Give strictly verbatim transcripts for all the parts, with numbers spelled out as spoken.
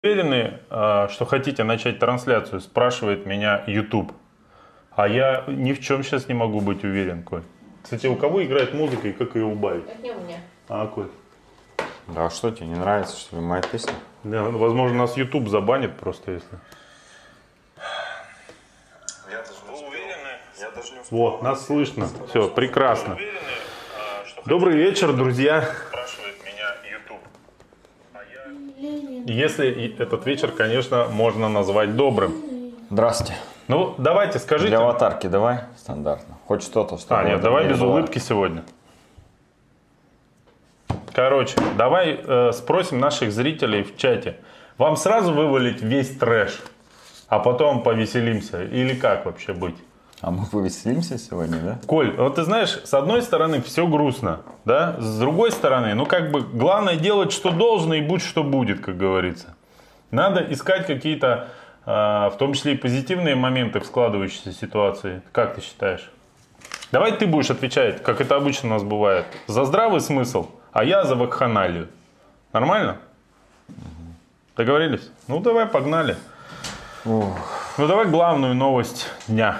Уверены, а, что хотите начать трансляцию, спрашивает меня YouTube. А я ни в чем сейчас не могу быть уверен, Коль. Кстати, у кого играет музыка и как ее убавить? Это не у меня. А, Коль? Да, что тебе не нравится, что ли, моя песня? Да, возможно, нас YouTube забанит просто, если... Я даже не успел. Я даже не успел. Вот, нас слышно. Все, прекрасно. Добрый вечер, друзья. Спрашивает меня YouTube. Если этот вечер, конечно, можно назвать добрым. Здрасте. Ну, давайте, скажите... Для аватарки давай стандартно. Хоть что-то, что... А, нет, давай без улыбки сегодня. Короче, давай э, спросим наших зрителей в чате. Вам сразу вывалить весь трэш, а потом повеселимся? Или как вообще быть? А мы повеселимся сегодня, да? Коль, вот ты знаешь, с одной стороны все грустно, да? С другой стороны, ну как бы главное делать, что должно, и будь что будет, как говорится. Надо искать какие-то, э, в том числе и позитивные моменты в складывающейся ситуации. Как ты считаешь? Давай ты будешь отвечать, как это обычно у нас бывает, за здравый смысл, а я за вакханалию. Нормально? Договорились? Ну давай, погнали. Ух. Ну давай главную новость дня.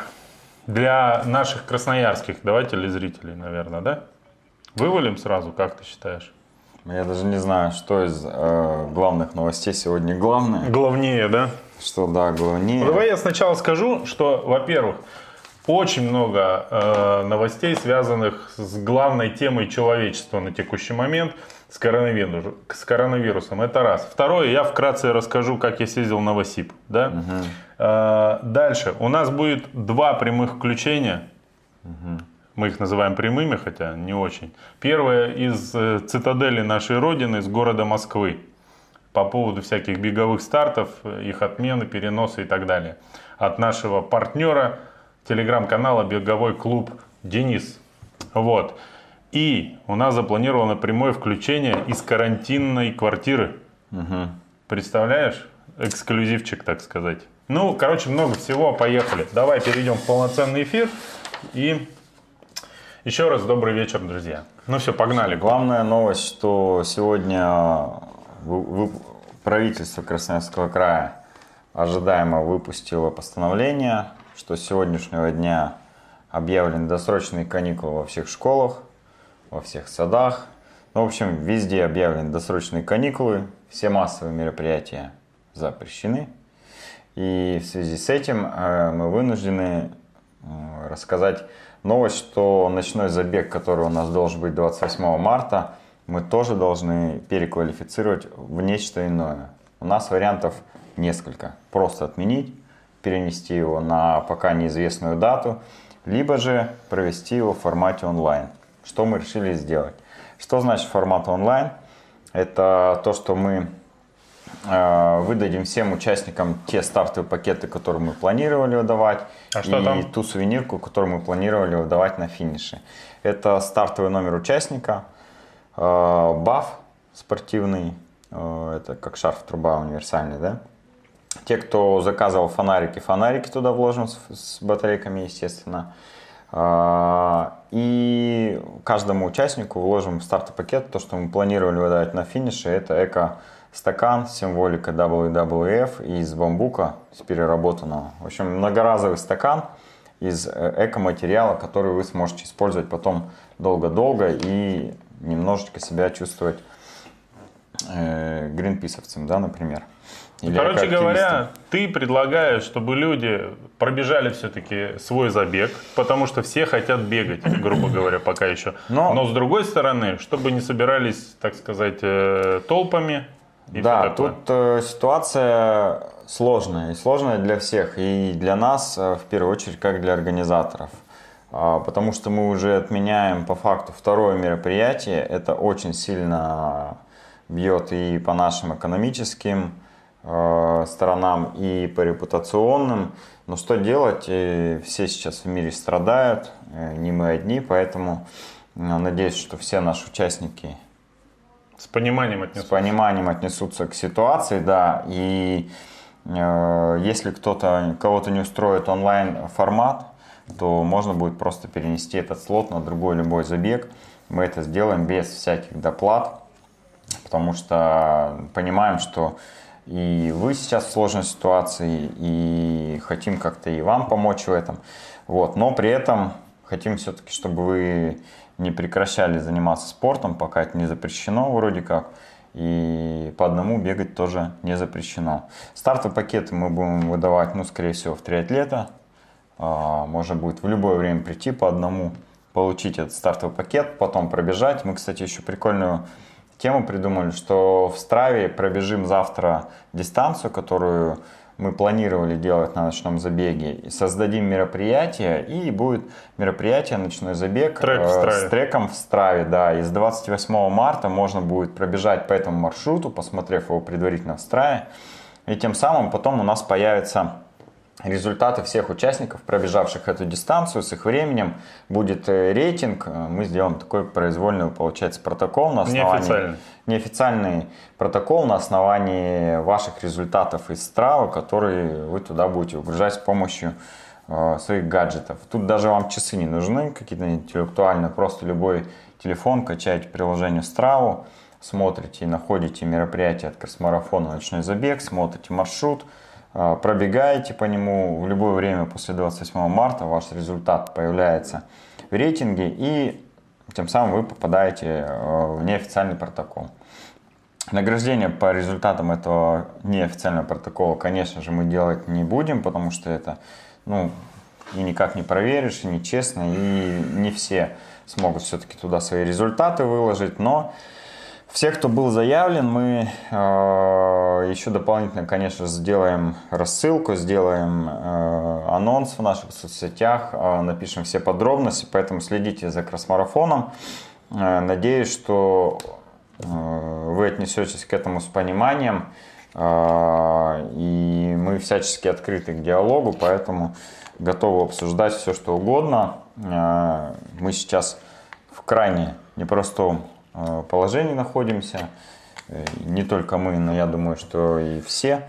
Для наших красноярских, давай телезрителей, наверное, да? Вывалим сразу, как ты считаешь? Я даже не знаю, что из э, главных новостей сегодня главное. Главнее, да? Что, да, главнее. Ну, давай я сначала скажу, что, во-первых, очень много э, новостей, связанных с главной темой человечества на текущий момент, с, коронавирус, с коронавирусом. Это раз. Второе, я вкратце расскажу, как я съездил в Новосиб. Да? Угу. Э, дальше. У нас будет два прямых включения. Угу. Мы их называем прямыми, хотя не очень. Первое из э, цитадели нашей Родины, из города Москвы. По поводу всяких беговых стартов, их отмены, переносы и так далее. От нашего партнера, телеграм-канала «Беговой клуб» Денис. Вот. И у нас запланировано прямое включение из карантинной квартиры. Угу. Представляешь? Эксклюзивчик, так сказать. Ну, короче, много всего. Поехали. Давай перейдем в полноценный эфир. И еще раз добрый вечер, друзья. Ну все, погнали. Главная новость, что сегодня вы, вы, правительство Красноярского края ожидаемо выпустило постановление, что с сегодняшнего дня объявлены досрочные каникулы во всех школах, во всех садах. Ну, в общем, везде объявлены досрочные каникулы, все массовые мероприятия запрещены. И в связи с этим э, мы вынуждены э, рассказать новость, что ночной забег, который у нас должен быть двадцать восьмого марта, мы тоже должны переквалифицировать в нечто иное. У нас вариантов несколько. Просто отменить, перенести его на пока неизвестную дату, либо же провести его в формате онлайн. Что мы решили сделать? Что значит формат онлайн? Это то, что мы э, выдадим всем участникам те стартовые пакеты, которые мы планировали выдавать, а что и там? ту сувенирку, которую мы планировали выдавать на финише. Это стартовый номер участника, э, баф спортивный, э, это как шарф труба универсальный, да? Те, кто заказывал фонарики, фонарики туда вложим с, с батарейками, естественно. И каждому участнику вложим в стартовый пакет то, что мы планировали выдавать на финише. Это эко-стакан с символикой дабл ю дабл ю эф из бамбука, с переработанного. В общем, многоразовый стакан из эко-материала, который вы сможете использовать потом долго-долго и немножечко себя чувствовать э, гринписовцем, да, например. Или Короче говоря, ты предлагаешь, чтобы люди пробежали все-таки свой забег, потому что все хотят бегать, грубо говоря, пока еще. Но, Но с другой стороны, чтобы не собирались, так сказать, толпами. И да, тут э, ситуация сложная. И сложная для всех. И для нас, в первую очередь, как для организаторов. Потому что мы уже отменяем по факту второе мероприятие. Это очень сильно бьет и по нашим экономическим сторонам, и по репутационным. Но что делать? Все сейчас в мире страдают, не мы одни, поэтому надеюсь, что все наши участники с пониманием отнесутся, с пониманием отнесутся к ситуации, да, и э, если кто-то, кого-то не устроит онлайн формат, то можно будет просто перенести этот слот на другой любой забег. Мы это сделаем без всяких доплат, потому что понимаем, что и вы сейчас в сложной ситуации, и хотим как-то и вам помочь в этом. Вот. Но при этом хотим все-таки, чтобы вы не прекращали заниматься спортом, пока это не запрещено вроде как. И по одному бегать тоже не запрещено. Стартовые пакеты мы будем выдавать, ну, скорее всего, в триатлета. Можно будет в любое время прийти по одному, получить этот стартовый пакет, потом пробежать. Мы, кстати, еще прикольную тему придумали, что в Страве пробежим завтра дистанцию, которую мы планировали делать на ночном забеге. Создадим мероприятие, и будет мероприятие «Ночной забег» Трек э, с треком в Страве. Да, и с двадцать восьмого марта можно будет пробежать по этому маршруту, посмотрев его предварительно в Страве. И тем самым потом у нас появятся результаты всех участников, пробежавших эту дистанцию, с их временем. Будет рейтинг. Мы сделаем такой произвольный, получается, протокол на основании... Неофициальный. Неофициальный протокол на основании ваших результатов из Strava, которые вы туда будете выгружать с помощью э, своих гаджетов. Тут даже вам часы не нужны, какие-то интеллектуальные. Просто любой телефон, качаете приложение Strava, смотрите и находите мероприятие от кросс-марафона «Ночной забег», смотрите маршрут, пробегаете по нему. В любое время после двадцать восьмого марта ваш результат появляется в рейтинге, и тем самым вы попадаете в неофициальный протокол. Награждение по результатам этого неофициального протокола, конечно же, мы делать не будем, потому что это, ну, и никак не проверишь, и нечестно, и не все смогут все-таки туда свои результаты выложить, но всех, кто был заявлен, мы э, еще дополнительно, конечно, сделаем рассылку, сделаем э, анонс в наших соцсетях, э, напишем все подробности, поэтому следите за кросс-марафоном. Э, надеюсь, что э, вы отнесетесь к этому с пониманием, э, и мы всячески открыты к диалогу, поэтому готовы обсуждать все, что угодно. Э, мы сейчас в крайне непростом положении находимся, не только мы, но я думаю, что и все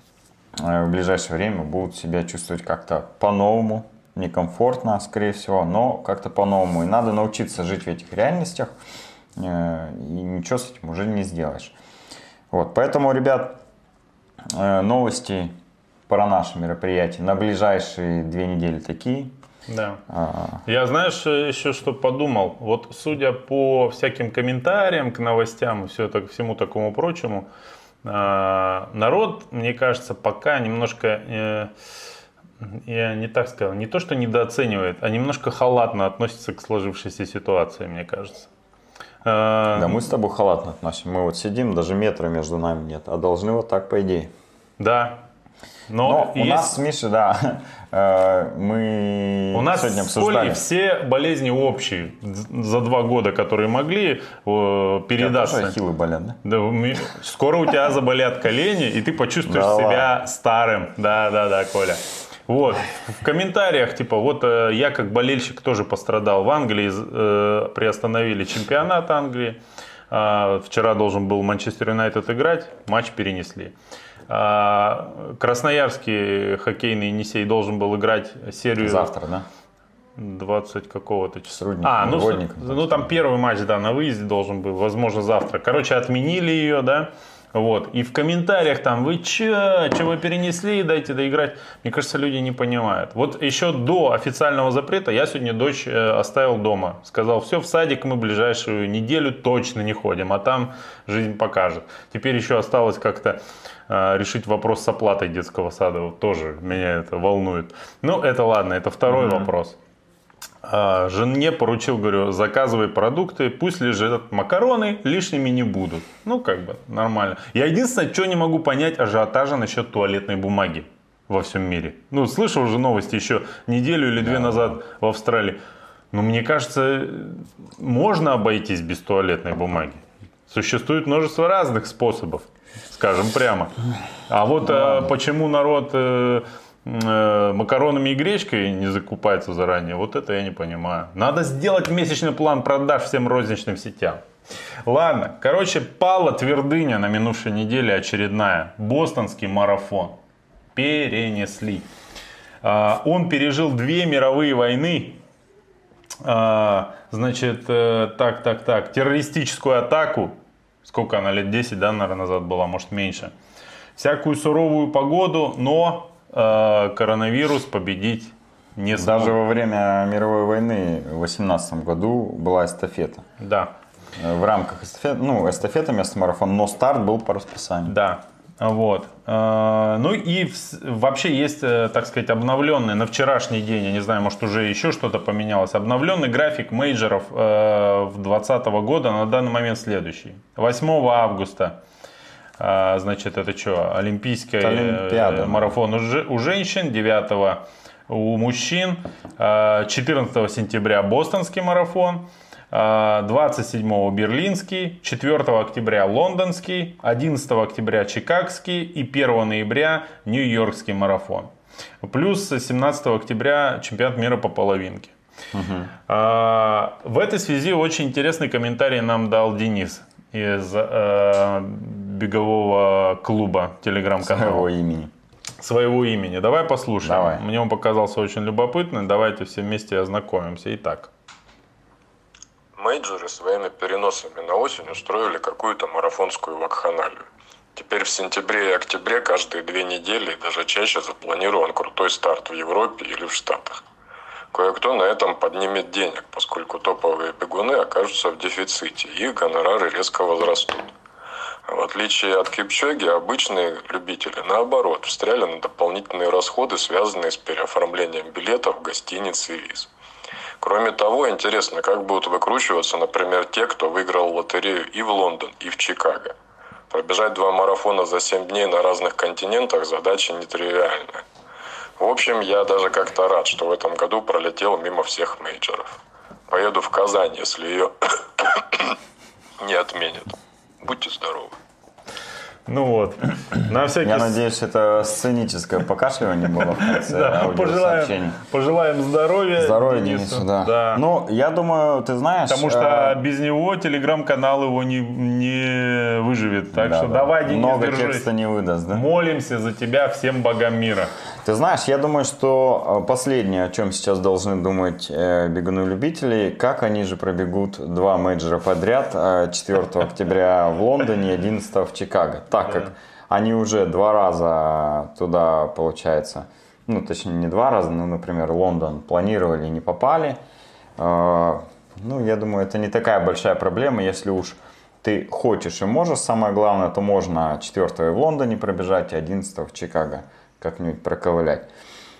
в ближайшее время будут себя чувствовать как-то по-новому, некомфортно, скорее всего, но как-то по-новому. И надо научиться жить в этих реальностях, и ничего с этим уже не сделаешь. Вот, поэтому, ребят, новости про наше мероприятие на ближайшие две недели такие. Да. Я, знаешь, еще что подумал. Вот судя по всяким комментариям к новостям и все это, всему такому прочему, народ, мне кажется, пока немножко, я не так сказал, не то что недооценивает, а немножко халатно относится к сложившейся ситуации, мне кажется. Да, мы с тобой халатно относимся. Мы вот сидим, даже метра между нами нет, а должны вот так, по идее. Да. Но, Но у есть... нас с Мишей, да, мы у нас сегодня обсуждали. У нас все болезни общие за два года, которые могли передаться. У тебя тоже ахиллы болят, да? Да, скоро у тебя заболят колени, и ты почувствуешь да себя ладно. старым. Да, да, да, Коля. Вот. В комментариях, типа, вот я как болельщик тоже пострадал. В Англии э, приостановили чемпионат Англии. Э, вчера должен был Манчестер Юнайтед играть, матч перенесли. Красноярский хоккейный Енисей должен был играть серию... Завтра, да? двадцать какого-то числа. А, ну, ну там первый матч, да, на выезде должен был, возможно, завтра. Короче, отменили ее, да. Вот. И в комментариях там, вы че, че вы перенесли, дайте доиграть. Мне кажется, люди не понимают. Вот еще до официального запрета я сегодня дочь оставил дома. Сказал, все, в садик мы ближайшую неделю точно не ходим, а там жизнь покажет. Теперь еще осталось как-то э, решить вопрос с оплатой детского сада. Вот тоже меня это волнует. Ну, это ладно, это второй mm-hmm. вопрос. Жене поручил, говорю, заказывай продукты, пусть лежат макароны, лишними не будут. Ну, как бы, нормально. Я единственное, что не могу понять, ажиотажа насчет туалетной бумаги во всем мире. Ну, слышал уже новости еще неделю или две да. назад в Австралии. Но мне кажется, можно обойтись без туалетной бумаги. Существует множество разных способов, скажем прямо. А вот да. почему народ... макаронами и гречкой не закупается заранее, вот это я не понимаю. Надо сделать месячный план продаж всем розничным сетям. Ладно, короче, пала твердыня на минувшей неделе очередная. Бостонский марафон. Перенесли. Он пережил две мировые войны. Значит, так, так, так. Террористическую атаку. Сколько она, лет десять, да, наверное, назад была, может меньше. всякую суровую погоду, но э, коронавирус победить не смог. Даже во время мировой войны в две тысячи восемнадцатом году была эстафета. Да. В рамках эстафеты, ну, эстафета вместо марафона, но старт был по расписанию. Да. Вот. Ну и вообще есть, так сказать, обновленный на вчерашний день, я не знаю, может уже еще что-то поменялось, обновленный график мейджоров двадцатого года на данный момент следующий. восьмого августа, значит, это что, олимпийский марафон у женщин, девятого у мужчин, четырнадцатого сентября бостонский марафон, двадцать седьмого берлинский, четвёртого октября лондонский, одиннадцатого октября чикагский и первого ноября нью-йоркский марафон. Плюс семнадцатого октября чемпионат мира по половинке. Угу. В этой связи очень интересный комментарий нам дал Денис из э, бегового клуба телеграм-канала. Своего имени. Своего имени. Давай послушаем. Давай. Мне он показался очень любопытным. Давайте все вместе ознакомимся. Итак. Мейджоры своими переносами на осень устроили какую-то марафонскую вакханалию. Теперь в сентябре и октябре каждые две недели и даже чаще запланирован крутой старт в Европе или в Штатах. Кое-кто на этом поднимет денег, поскольку топовые бегуны окажутся в дефиците, и их гонорары резко возрастут. А в отличие от Кипчоги, обычные любители, наоборот, встряли на дополнительные расходы, связанные с переоформлением билетов, гостиниц и виз. Кроме того, интересно, как будут выкручиваться, например, те, кто выиграл лотерею и в Лондон, и в Чикаго. Пробежать два марафона за семь дней на разных континентах задача нетривиальная. В общем, я даже как-то рад, что в этом году пролетел мимо всех мейджоров. Поеду в Казань, если ее не отменят. Будьте здоровы. Ну вот, на всякий... Я надеюсь, это сценическое покашливание было в конце аудиосообщения. Пожелаем здоровья Здоровья Денису, да. да. Ну, я думаю, ты знаешь... Потому что без него телеграм-канал его не, не выживет. Так да, что да. давай, Денис, Много держись. текста не выдаст, да? Молимся за тебя всем богам мира. Ты знаешь, я думаю, что последнее, о чем сейчас должны думать бегуны-любители, как они же пробегут два мейджора подряд, четвёртого октября в Лондоне, одиннадцатого в Чикаго. Так да. как они уже два раза туда, получается, ну, точнее, не два раза, но, например, Лондон планировали и не попали. Ну, я думаю, это не такая большая проблема, если уж ты хочешь и можешь, самое главное, то можно четвёртого в Лондоне пробежать и одиннадцатого в Чикаго как-нибудь проковылять.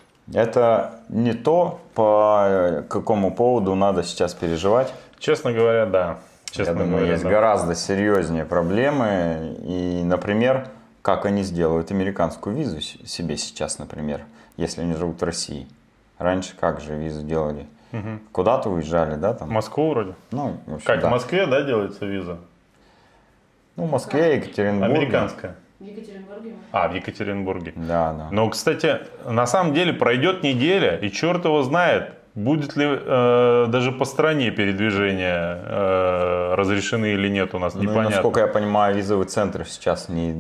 Это не то, по какому поводу надо сейчас переживать. Честно говоря, да. Честно Я думаю, говоря, есть да. гораздо серьезнее проблемы. И, например, как они сделают американскую визу себе сейчас, например, если они живут в России. Раньше как же визу делали? Угу. Куда-то уезжали, да? Там? В Москву вроде. Ну, в общем, как, да. в Москве, да, делается виза? Ну, в Москве, Екатеринбурге. Американская. В Екатеринбурге. А, в Екатеринбурге. Да, да. Но, кстати, на самом деле пройдет неделя, и черт его знает, будет ли э, даже по стране передвижения э, разрешены или нет у нас, ну, непонятно. Насколько я понимаю, визовые центры сейчас не,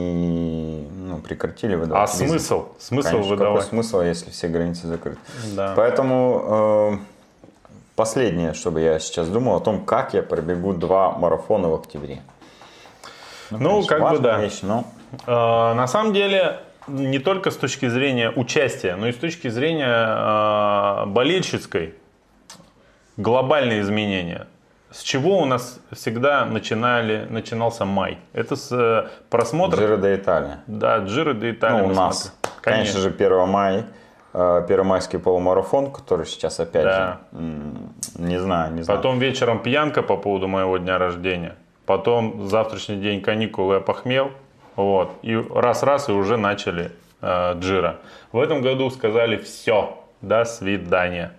не ну, прекратили выдавать А визы. смысл? Смысл Конечно, выдавать? какой смысл, если все границы закрыты? Да. Поэтому э, последнее, чтобы я сейчас думал о том, как я пробегу два марафона в октябре. Ну, ну как бы да. Вещь, но... э, на самом деле, не только с точки зрения участия, но и с точки зрения э, болельщицкой, глобальные изменения. С чего у нас всегда начинали, начинался май? Это с э, просмотра... Джиро де Италия. Да, Джиро де Италия. Ну, у нас, конечно. конечно же, первого мая. Первомайский полумарафон, который сейчас опять да. же, не знаю, не знаю. Потом вечером пьянка по поводу моего дня рождения. Потом завтрашний день каникулы, я похмел. Вот. И раз-раз и уже начали э, Джиро. В этом году сказали все, до свидания.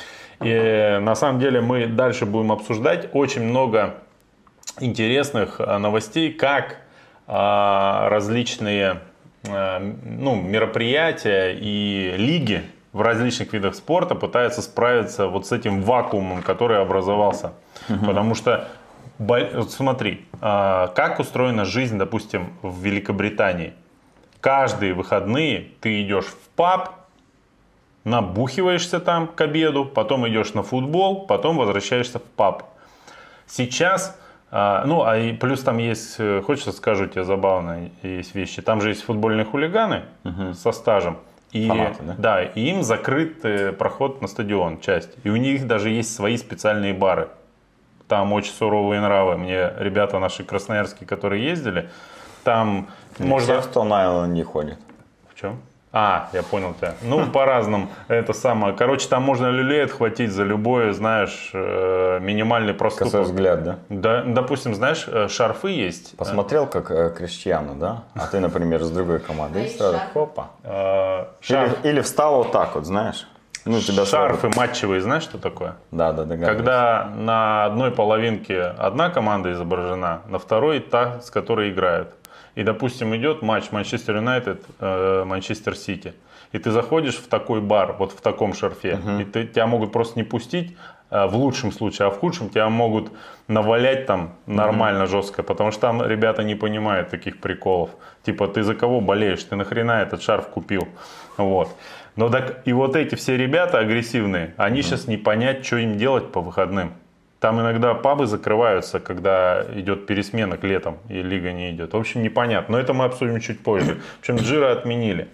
И на самом деле мы дальше будем обсуждать очень много интересных новостей, как э, различные э, ну, мероприятия и лиги в различных видах спорта пытаются справиться вот с этим вакуумом, который образовался. Mm-hmm. Потому что смотри, как устроена жизнь, допустим, в Великобритании. Каждые выходные ты идешь в паб, набухиваешься там к обеду, потом идешь на футбол, потом возвращаешься в паб. Сейчас А, ну, а и плюс там есть, э, хочешь, скажу тебе забавно, есть вещи. Там же есть футбольные хулиганы Мгм. со стажем. И, Фанаты, да? и им закрыт э, проход на стадион, часть. И у них даже есть свои специальные бары. Там очень суровые нравы. Мне ребята наши красноярские, которые ездили, там можно... Все, кто на не ходит. В чем? А, я понял тебя. Ну, по-разному. Это самое. Короче, там можно люлей отхватить за любое, знаешь, э, минимальный проступок. Косой взгляд, да? Да, допустим, знаешь, э, шарфы есть. Посмотрел, как э, Криштиану, да? А ты, например, с другой командой. И сразу хопа. Э, шарф- Или, или встал вот так вот, знаешь? Ну, тебя шарфы сразу- матчевые, знаешь, что такое? Да, да, догадываюсь. Когда на одной половинке одна команда изображена, на второй та, с которой играют. И, допустим, идет матч Манчестер Юнайтед, э, Манчестер Сити. И ты заходишь в такой бар, вот в таком шарфе. И ты, тебя могут просто не пустить, э, в лучшем случае, а в худшем тебя могут навалять там нормально, жестко. Потому что там ребята не понимают таких приколов. Типа, ты за кого болеешь? Ты нахрена этот шарф купил? Вот. Но так, и вот эти все ребята агрессивные, они сейчас не понять, что им делать по выходным. Там иногда пабы закрываются, когда идет пересмена к летом и лига не идет. В общем, непонятно. Но это мы обсудим чуть позже. В общем, Джиро отменили.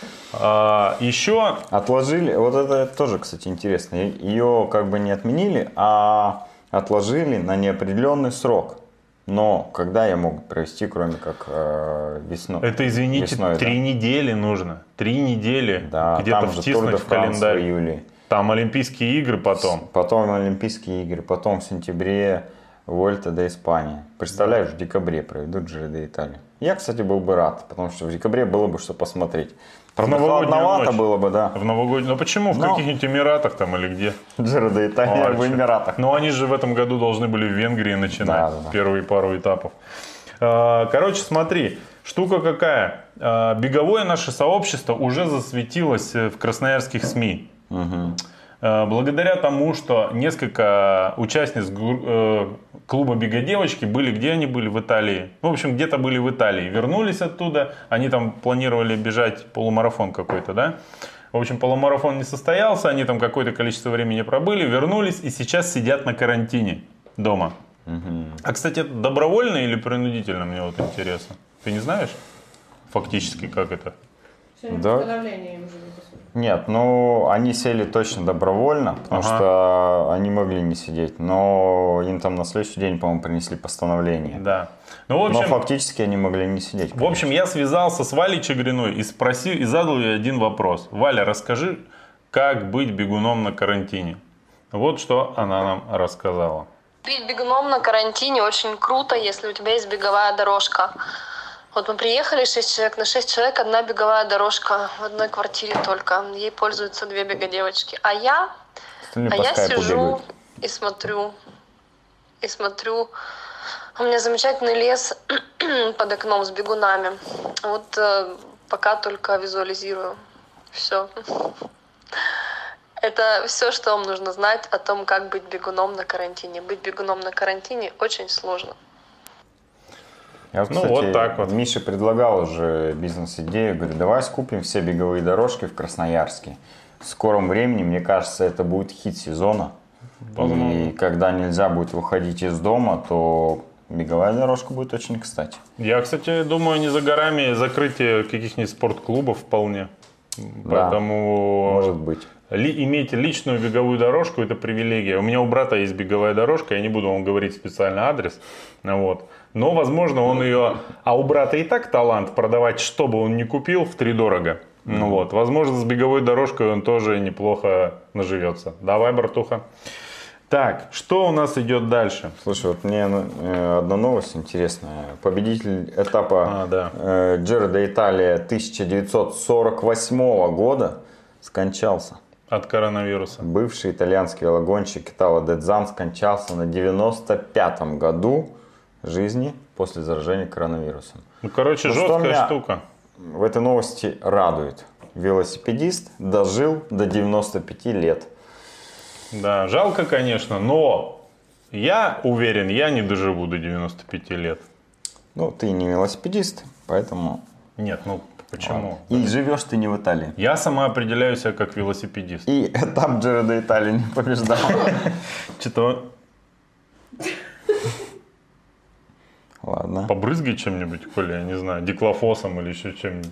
А, еще... Отложили, вот это тоже, кстати, интересно. Ее как бы не отменили, а отложили на неопределенный срок. Но когда я мог провести, кроме как э, весну? Это, извините, весной, три да? недели нужно. Три недели Да, где-то там же Тур втиснуть де в Франс в календарь. июле. Там Олимпийские игры потом. Потом Олимпийские игры, потом в сентябре Вольта до Испании. Представляешь, в декабре проведут Джиро де Италию. Я, кстати, был бы рад, потому что в декабре было бы что посмотреть. Правда, новогоднюю холодновато ночь. было бы, да. В новогоднюю. Ну почему? В Но- каких-нибудь Эмиратах там или где? Джиро де Италия А, в чё? Эмиратах. Но они же в этом году должны были в Венгрии начинать Да, да, да. первые пару этапов. А, Короче, смотри, штука какая. А, Беговое наше сообщество уже засветилось в красноярских СМИ. А, Благодаря тому, что несколько участниц гу- э, клуба «Бега-девочки» были, где они были? В Италии. Ну, в общем, где-то были в Италии. Вернулись оттуда, они там планировали бежать полумарафон какой-то, да? В общем, полумарафон не состоялся, они там какое-то количество времени пробыли, вернулись и сейчас сидят на карантине дома. А, кстати, это добровольно или принудительно, мне вот интересно. Ты не знаешь фактически, как это? Сегодня Да. постановление им уже выписали. Нет, ну они сели точно добровольно, потому Ага. что они могли не сидеть, но им там на следующий день, по-моему, принесли постановление. Да. Ну, в Но общем, фактически они могли не сидеть. в общем, я связался с Валей Чагриной и спросил, и задал ей один вопрос. Валя, расскажи, как быть бегуном на карантине. Вот что она нам рассказала. Быть бегуном на карантине очень круто, если у тебя есть беговая дорожка. Вот мы приехали, шесть человек, на шесть человек одна беговая дорожка в одной квартире только. Ей пользуются две бега-девочки. А я, Остальные а по я скайпу сижу бегают. и смотрю, и смотрю. У меня замечательный лес под окном с бегунами. Вот э, пока только визуализирую. Все. Это все, что вам нужно знать о том, как быть бегуном на карантине. Быть бегуном на карантине очень сложно. Я, вот, Ну, кстати, вот так вот. Мише предлагал уже бизнес-идею. Говорю, давай скупим все беговые дорожки в Красноярске. В скором времени, мне кажется, это будет хит сезона. Возможно. И когда нельзя будет выходить из дома, то беговая дорожка будет очень кстати. Я, кстати, думаю, не за горами закрытие каких-нибудь спорт-клубов вполне. Поэтому Может быть. ли- иметь личную беговую дорожку – это привилегия. У меня у брата есть беговая дорожка, я не буду вам говорить специально адрес. Вот. Но, возможно, он ее... А у брата и так талант продавать, что бы он ни купил, втридорого. Ну вот. Возможно, с беговой дорожкой он тоже неплохо наживется. Давай, братуха. Так, что у нас идет дальше? Слушай, вот мне э, одна новость интересная. Победитель этапа А, да. э, Джиро де Италия тысяча девятьсот сорок восьмого года скончался. От коронавируса. Бывший итальянский велогонщик Итало Дедзан скончался на девяносто пятом году жизни после заражения коронавирусом. Ну, короче, Ну, что жесткая меня- штука. В этой новости радует. Велосипедист дожил до девяноста пяти лет. Да, жалко, конечно, но я уверен, я не доживу до девяноста пяти лет. Ну, ты не велосипедист, поэтому... Нет, ну почему? И живешь ты не в Италии. Я сама определяю себя как велосипедист. И этап Джиро де Италия не побеждал. Что? Ладно. Побрызгай чем-нибудь, Коля, я не знаю, диклофосом или еще чем-нибудь.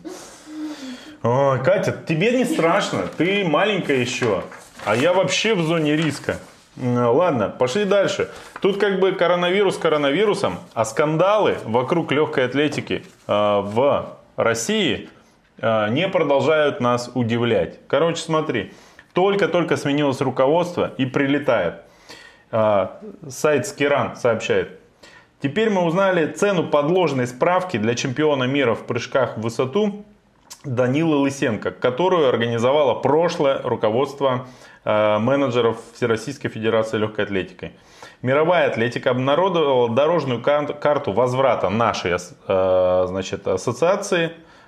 Ой, Катя, тебе не страшно, ты маленькая еще, а я вообще в зоне риска. Ладно, пошли дальше. Тут как бы коронавирус коронавирусом, а скандалы вокруг легкой атлетики э, в России э, не продолжают нас удивлять. Короче, смотри, только-только сменилось руководство и прилетает. Э, сайт Скиран сообщает. Теперь мы узнали цену подложной справки для чемпиона мира в прыжках в высоту Данилы Лысенко, которую организовало прошлое руководство э, менеджеров Всероссийской Федерации Легкой Атлетики. Мировая атлетика обнародовала дорожную кар- карту возврата нашей э, значит, ассоциации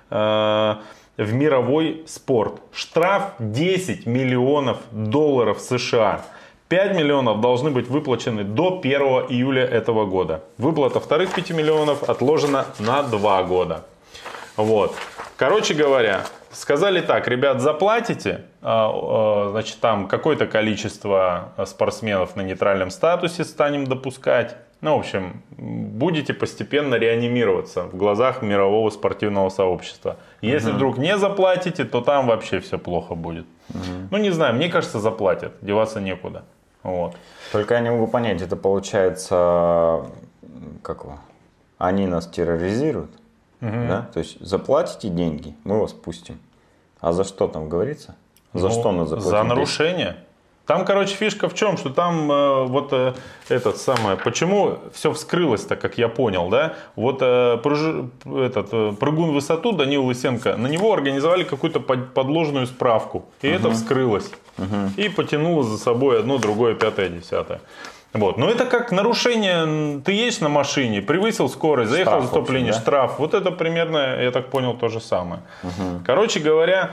э, в мировой спорт. Штраф десять миллионов долларов США. пять миллионов должны быть выплачены до первого июля этого года. Выплата вторых пяти миллионов отложена на два года. Вот. Короче говоря, сказали так, ребят, заплатите, значит, там какое-то количество спортсменов на нейтральном статусе станем допускать. Ну, в общем, будете постепенно реанимироваться в глазах мирового спортивного сообщества. Если угу. вдруг не заплатите, то там вообще все плохо будет. Угу. Ну, не знаю, мне кажется, заплатят, деваться некуда. Вот. Только я не могу понять, это получается, как его, они нас терроризируют? Угу. Да? То есть заплатите деньги, мы вас пустим. А за что там говорится? За ну, что нас заплатить? За нарушение. Там, короче, фишка в чем, что там э, вот э, этот самое, почему все вскрылось-то, как я понял, да? Вот э, прыж, этот, э, прыгун в высоту Данил Лысенко, на него организовали какую-то под, подложную справку. И uh-huh. это вскрылось. Uh-huh. И потянуло за собой одно, другое, пятое, десятое. Вот. Но это как нарушение, ты едешь на машине, превысил скорость, заехал в заступление, да? Штраф. Вот это примерно, я так понял, то же самое. Uh-huh. Короче говоря,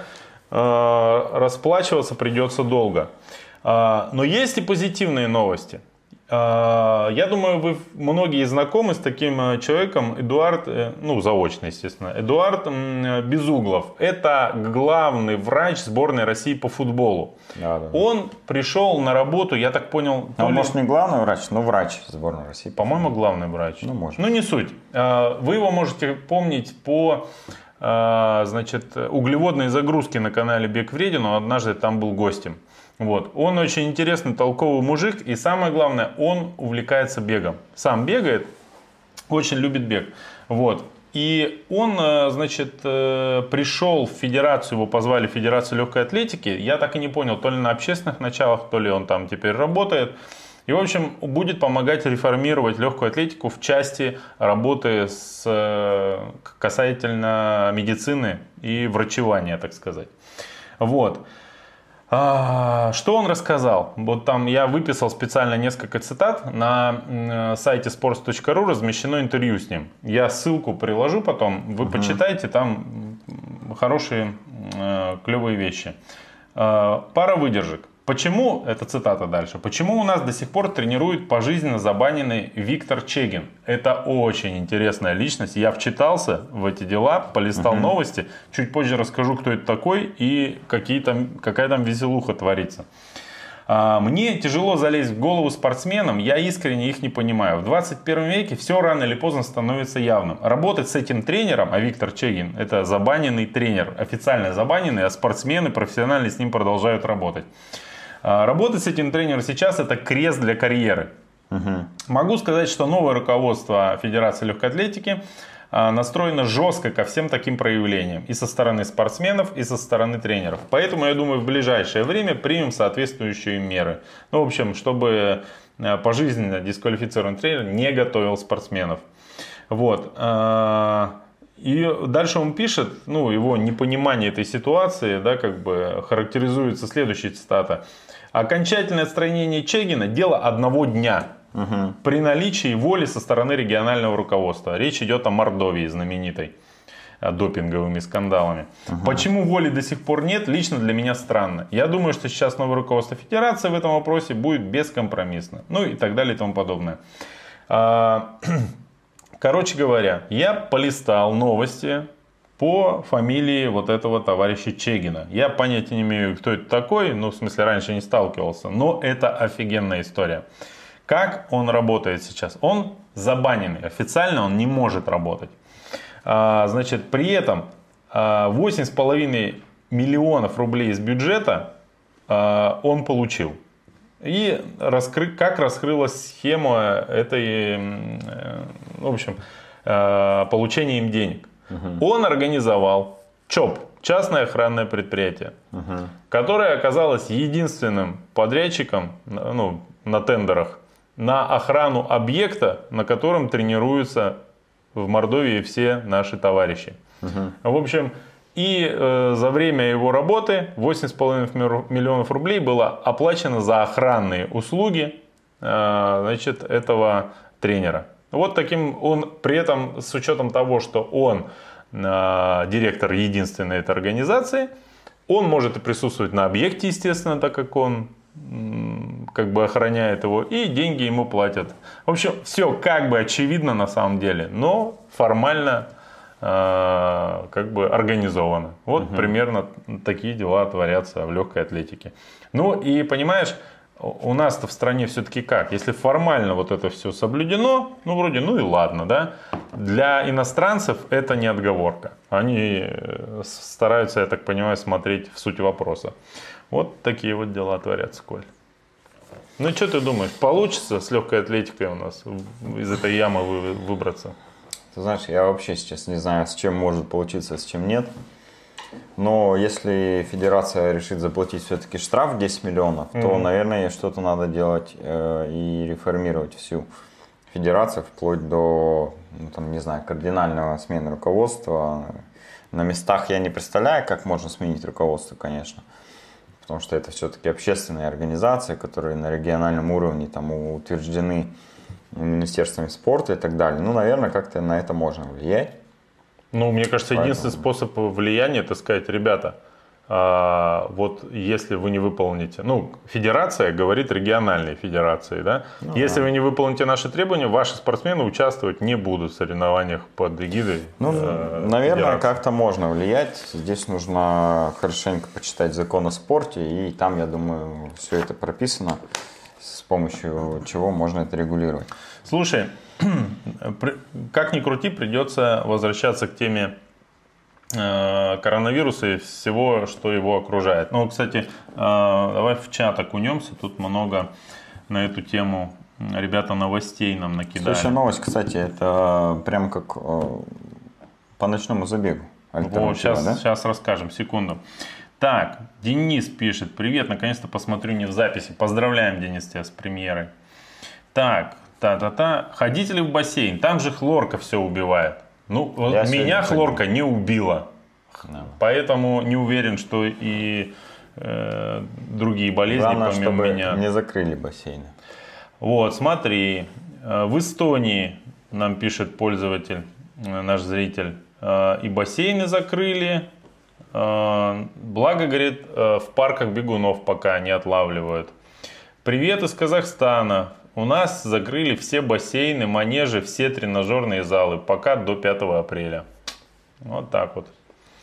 э, расплачиваться придется долго. Но есть и позитивные новости. Я думаю, вы многие знакомы с таким человеком, Эдуард, ну заочно, естественно, Эдуард Безуглов. Это главный врач сборной России по футболу. Да, да. Он пришел на работу, я так понял... А ли... может не главный врач, но врач сборной России. По-моему, главный врач. Ну, может. Ну, не суть. Вы его можете помнить по... Значит, углеводной загрузки на канале Бег вреден, он однажды там был гостем. Вот. Он очень интересный, толковый мужик, и самое главное, он увлекается бегом. Сам бегает, очень любит бег. Вот. И он, значит, пришел в федерацию, его позвали в Федерацию легкой атлетики. Я так и не понял, то ли на общественных началах, то ли он там теперь работает. И, в общем, будет помогать реформировать легкую атлетику в части работы с, касательно медицины и врачевания, так сказать. Вот. А, что он рассказал? Вот там я выписал специально несколько цитат. На сайте sports точка ру размещено интервью с ним. Я ссылку приложу потом. Вы uh-huh. почитайте, там хорошие, клевые вещи. Пара выдержек. Почему, это цитата дальше, почему у нас до сих пор тренирует пожизненно забаненный Виктор Чегин? Это очень интересная личность. Я вчитался в эти дела, полистал uh-huh. новости. Чуть позже расскажу, кто это такой и какие там, какая там веселуха творится. А, мне тяжело залезть в голову спортсменам, я искренне их не понимаю. В двадцать первом веке все рано или поздно становится явным. Работать с этим тренером, а Виктор Чегин это забаненный тренер, официально забаненный, а спортсмены профессионально с ним продолжают работать. Работать с этим тренером сейчас это крест для карьеры. Угу. Могу сказать, что новое руководство Федерации легкой атлетики настроено жестко ко всем таким проявлениям. И со стороны спортсменов, и со стороны тренеров. Поэтому, я думаю, в ближайшее время примем соответствующие меры. Ну, в общем, чтобы пожизненно дисквалифицированный тренер не готовил спортсменов. Вот. И дальше он пишет, ну, его непонимание этой ситуации, да, как бы характеризуется следующей цитатой. Окончательное отстранение Чегина – дело одного дня. Угу. При наличии воли со стороны регионального руководства. Речь идет о Мордовии, знаменитой допинговыми скандалами. Угу. Почему воли до сих пор нет, лично для меня странно. Я думаю, что сейчас новое руководство Федерации в этом вопросе будет бескомпромиссно. Ну и так далее и тому подобное. Короче говоря, я полистал новости по фамилии вот этого товарища Чегина. Я понятия не имею, кто это такой, ну, в смысле, раньше не сталкивался, но это офигенная история. Как он работает сейчас? Он забаненный. Официально он не может работать. А, значит, при этом а, восемь с половиной миллионов рублей из бюджета а, он получил. И раскры... как раскрылась схема этой, в общем, а, получения им денег. Угу. Он организовал ЧОП, частное охранное предприятие, угу. которое оказалось единственным подрядчиком, ну, на тендерах на охрану объекта, на котором тренируются в Мордовии все наши товарищи. Угу. В общем, и э, за время его работы восемь с половиной миллионов рублей было оплачено за охранные услуги э, значит, этого тренера. Вот таким он, при этом с учетом того, что он э, директор единственной этой организации, он может и присутствовать на объекте, естественно, так как он как бы охраняет его, и деньги ему платят. В общем, все как бы очевидно на самом деле, но формально э, как бы организовано. Вот угу. примерно такие дела творятся в легкой атлетике. Ну и понимаешь, у нас-то в стране все-таки как? Если формально вот это все соблюдено, ну вроде, ну и ладно, да? Для иностранцев это не отговорка. Они стараются, я так понимаю, смотреть в суть вопроса. Вот такие вот дела творятся, Коль. Ну что ты думаешь, получится с легкой атлетикой у нас из этой ямы вы, выбраться? Ты знаешь, я вообще сейчас не знаю, с чем может получиться, с чем нет. Но если федерация решит заплатить все-таки штраф в десять миллионов, mm-hmm. то, наверное, что-то надо делать э, и реформировать всю федерацию вплоть до, ну, там, не знаю, кардинального смены руководства. На местах я не представляю, как можно сменить руководство, конечно. Потому что это все-таки общественные организации, которые на региональном уровне там утверждены министерствами спорта и так далее. Ну, наверное, как-то на это можно влиять. Ну, мне кажется, Поэтому... единственный способ влияния, это сказать, ребята, а, вот если вы не выполните, ну, федерация говорит региональной федерации, да, ну, если да. вы не выполните наши требования, ваши спортсмены участвовать не будут в соревнованиях под эгидой. Ну, э, наверное, федерации. как-то можно влиять. Здесь нужно хорошенько почитать закон о спорте, и там, я думаю, все это прописано, с помощью чего можно это регулировать. Слушай, как ни крути, придется возвращаться к теме коронавируса и всего, что его окружает. Ну, кстати, давай в чат окунемся. Тут много на эту тему ребята новостей нам накидали. Слушай, новость, кстати, это прям как по ночному забегу. Вот, сейчас, да? сейчас расскажем, секунду. Так, Денис пишет: привет, наконец-то посмотрю не в записи. Поздравляем, Денис, тебя с премьерой. Так, та-та-та. Ходите ли в бассейн? Там же хлорка все убивает. Ну, Я меня хлорка не убила. Да. Поэтому не уверен, что и э, другие болезни Главное, помимо чтобы меня. Не закрыли бассейны. Вот, смотри. В Эстонии, нам пишет пользователь, наш зритель, и бассейны закрыли. Благо, говорит, в парках бегунов пока не отлавливают. Привет из Казахстана. У нас закрыли все бассейны, манежи, все тренажерные залы. Пока до пятого апреля. Вот так вот.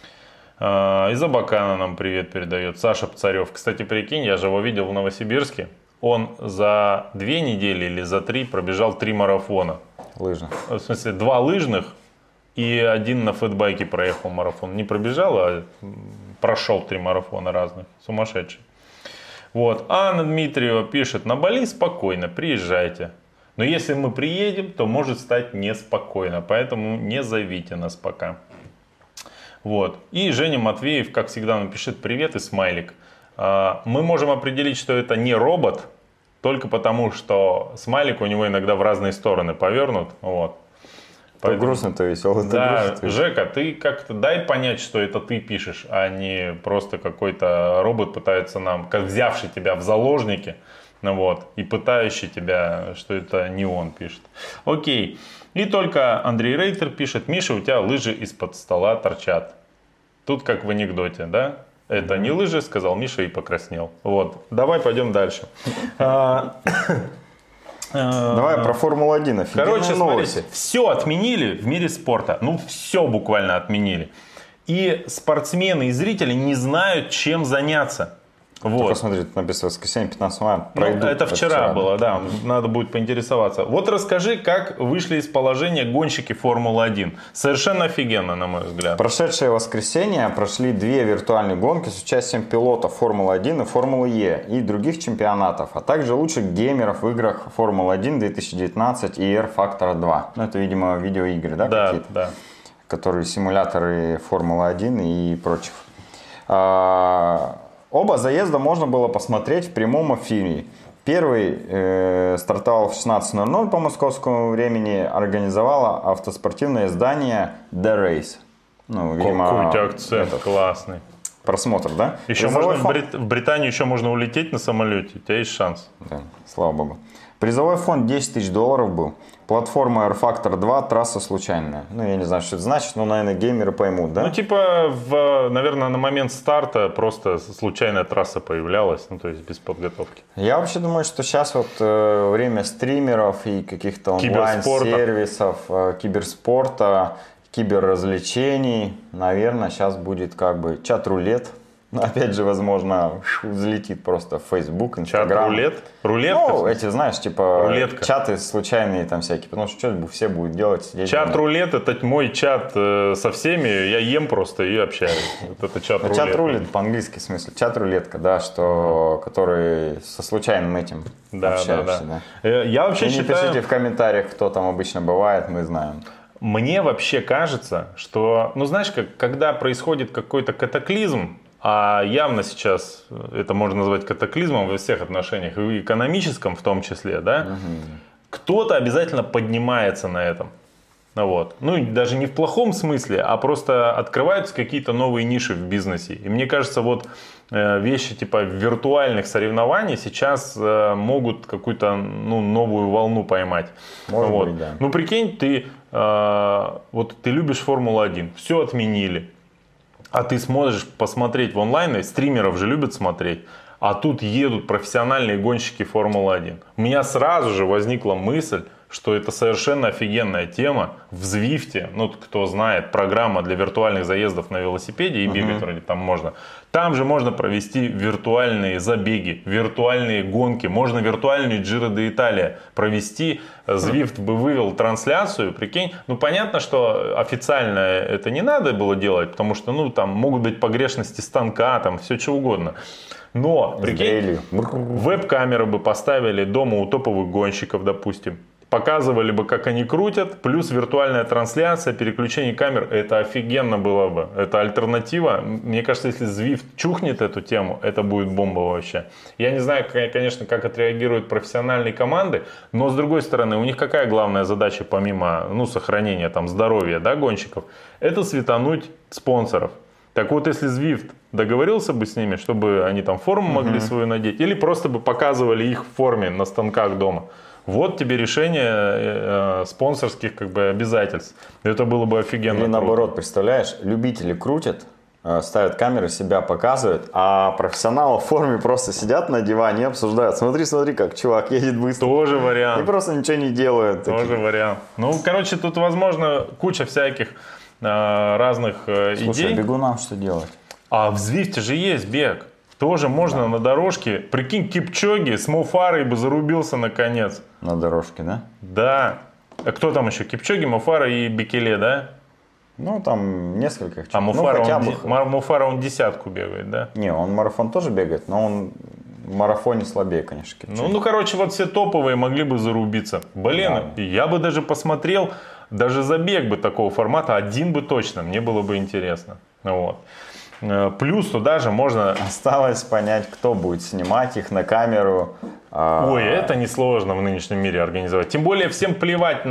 Из Абакана нам привет передает Саша Пцарев. Кстати, прикинь, я же его видел в Новосибирске. Он за две недели или за три пробежал три марафона. Лыжных. В смысле, два лыжных и один на фэтбайке проехал марафон. Не пробежал, а прошел три марафона разных. Сумасшедший. Вот. Анна Дмитриева пишет: на Бали спокойно, приезжайте. Но если мы приедем, то может стать неспокойно. Поэтому не зовите нас пока. Вот. И Женя Матвеев, как всегда, нам пишет: привет и смайлик. Мы можем определить, что это не робот, только потому, что смайлик у него иногда в разные стороны повернут. Вот. То Поэтому... грустно, то весело. Да, то Жека, ты как-то дай понять, что это ты пишешь, а не просто какой-то робот пытается нам, как взявший тебя в заложники, ну вот, и пытающий тебя, что это не он пишет. Окей. И только Андрей Рейтер пишет: Миша, у тебя лыжи из-под стола торчат. Тут как в анекдоте, да? Это не лыжи, сказал Миша и покраснел. Вот. Давай пойдем дальше. Давай про Формулу один. Короче, смотрите, все отменили в мире спорта. Ну, все буквально отменили. И спортсмены и зрители не знают, чем заняться. Вот. Только смотри, тут написано воскресенье, пятнадцатого мая. Ну, Пройдут. это вчера да? было, да, надо будет поинтересоваться. Вот расскажи, как вышли из положения гонщики Формулы один. Совершенно офигенно, на мой взгляд. Прошедшее воскресенье прошли две виртуальные гонки с участием пилотов Формулы один и Формулы Е и других чемпионатов, а также лучших геймеров в играх Формулы один две тысячи девятнадцать и R-Factor два. Ну, это, видимо, видеоигры, да, Да, какие-то? да. Которые симуляторы Формулы один и прочих. А, оба заезда можно было посмотреть в прямом эфире. Первый э, стартовал в шестнадцать ноль ноль по московскому времени, организовало автоспортивное издание The Race. Ну, видимо, Какой у тебя акцент этот классный. просмотр, да? Еще Призовой можно в, фонд- Брит- в Британию еще можно улететь на самолете, у тебя есть шанс. Да, слава богу. Призовой фонд десять тысяч долларов был. Платформа R-Factor два, трасса случайная. Ну, я не знаю, что это значит, но, наверное, геймеры поймут, да? Ну, типа, в, наверное, на момент старта просто случайная трасса появлялась, ну, то есть без подготовки. Я вообще думаю, что сейчас вот э, время стримеров и каких-то Киберспорта. онлайн-сервисов, э, киберспорта, киберразвлечений, наверное, сейчас будет как бы чат-рулет. Опять же, возможно, взлетит просто в Facebook, Instagram. Чат-рулет? Рулетка? Ну, эти, знаешь, типа Рулетка. чаты случайные там всякие, потому что что все будут делать? Сидеть дома. Чат-рулет — это мой чат э, со всеми, я ем просто и общаюсь. Вот это Ну, чат-рулет. чат-рулет по-английски в смысле. Чат-рулетка, да, что который со случайным этим Да, да, общаешься, да. да. Э, Я вообще И не считаю... пишите в комментариях, кто там обычно бывает, мы знаем. Мне вообще кажется, что, ну знаешь, как, когда происходит какой-то катаклизм, а явно сейчас это можно назвать катаклизмом во всех отношениях, и в экономическом в том числе, да, кто-то обязательно поднимается на этом. Ну Вот. Ну, и даже не в плохом смысле, а просто открываются какие-то новые ниши в бизнесе. И мне кажется, вот э, вещи типа виртуальных соревнований сейчас э, могут какую-то ну, новую волну поймать. Может вот. быть, да. Ну, прикинь, ты, э, вот, ты любишь Формулу один, все отменили. А ты сможешь посмотреть в онлайне, стримеров же любят смотреть, а тут едут профессиональные гонщики Формулы один. У меня сразу же возникла мысль, что это совершенно офигенная тема. В Звифте, ну кто знает, программа для виртуальных заездов на велосипеде и бегать вроде там можно. Там же можно провести виртуальные забеги, виртуальные гонки, можно виртуальную Giro d'Italia провести. Звифт бы вывел трансляцию, прикинь. Ну понятно, что официально это не надо было делать, потому что ну там могут быть погрешности станка, там все что угодно. Но, прикинь, веб-камеры бы поставили дома у топовых гонщиков, допустим. Показывали бы, как они крутят, плюс виртуальная трансляция, переключение камер. Это офигенно было бы. Это альтернатива. Мне кажется, если Zwift чухнет эту тему, это будет бомба вообще. Я не знаю, конечно, как отреагируют профессиональные команды, но с другой стороны, у них какая главная задача, помимо ну, сохранения там, здоровья да, гонщиков, это светануть спонсоров. Так вот, если Zwift договорился бы с ними, чтобы они там форму могли свою надеть, или просто бы показывали их в форме на станках дома. Вот тебе решение э, спонсорских как бы, обязательств. Это было бы офигенно. Или круто. наоборот, представляешь, любители крутят, э, ставят камеры, себя показывают, а профессионалы в форме просто сидят на диване и обсуждают. Смотри, смотри, как чувак едет быстро. Тоже И вариант. просто ничего не делают. Тоже такие. вариант. Ну, короче, тут возможно куча всяких э, разных э, Слушай, идей. бегунам что делать? А в Звифте же есть бег. Тоже можно на дорожке. Прикинь, Кипчоги с Мофарой бы зарубился наконец. На дорожке, да? Да. А кто там еще? Кипчоги, Мофара и Бекеле, да? Ну, там несколько. А ну, Мофара, хотя он, бы... ди- Ма- Мофара он десятку бегает, да? Не, он марафон тоже бегает, но он в марафоне слабее, конечно. Кипчоги. Ну, ну, короче, вот все топовые могли бы зарубиться. Блин, Да. я бы даже посмотрел, даже забег бы такого формата, один бы точно, мне было бы интересно. Вот. Э, Плюс туда же можно... Осталось понять, кто будет снимать их на камеру. а, Ой, это несложно в нынешнем мире организовать. Тем более всем плевать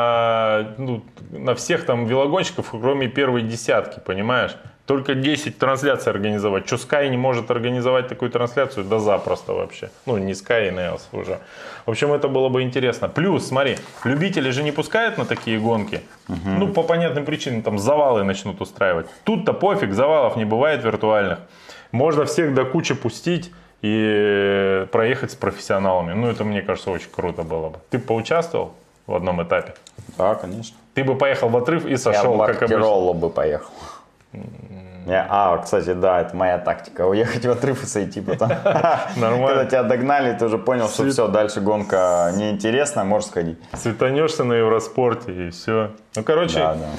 на, ну, на всех там велогонщиков, кроме первой десятки, понимаешь? Только десять трансляций организовать. Что, Sky не может организовать такую трансляцию? Да запросто вообще. Ну, не Sky, Ineos уже. В общем, это было бы интересно. Плюс, смотри, любители же не пускают на такие гонки. Ну, по понятным причинам, там завалы начнут устраивать. Тут-то пофиг, завалов не бывает виртуальных. Можно всех до кучи пустить и проехать с профессионалами. Ну, это, мне кажется, очень круто было бы. Ты поучаствовал в одном этапе? Да, конечно. Ты бы поехал в отрыв и Я сошел, в как обычно. Маркеролло бы поехал. Не, а, кстати, да, это моя тактика. Уехать в отрыв и сойти потом. Нормально. Когда тебя догнали, ты уже понял, что Свет- все, дальше гонка неинтересна, можешь сходить. Светанешься на Евроспорте и все. Ну, короче, Да, да.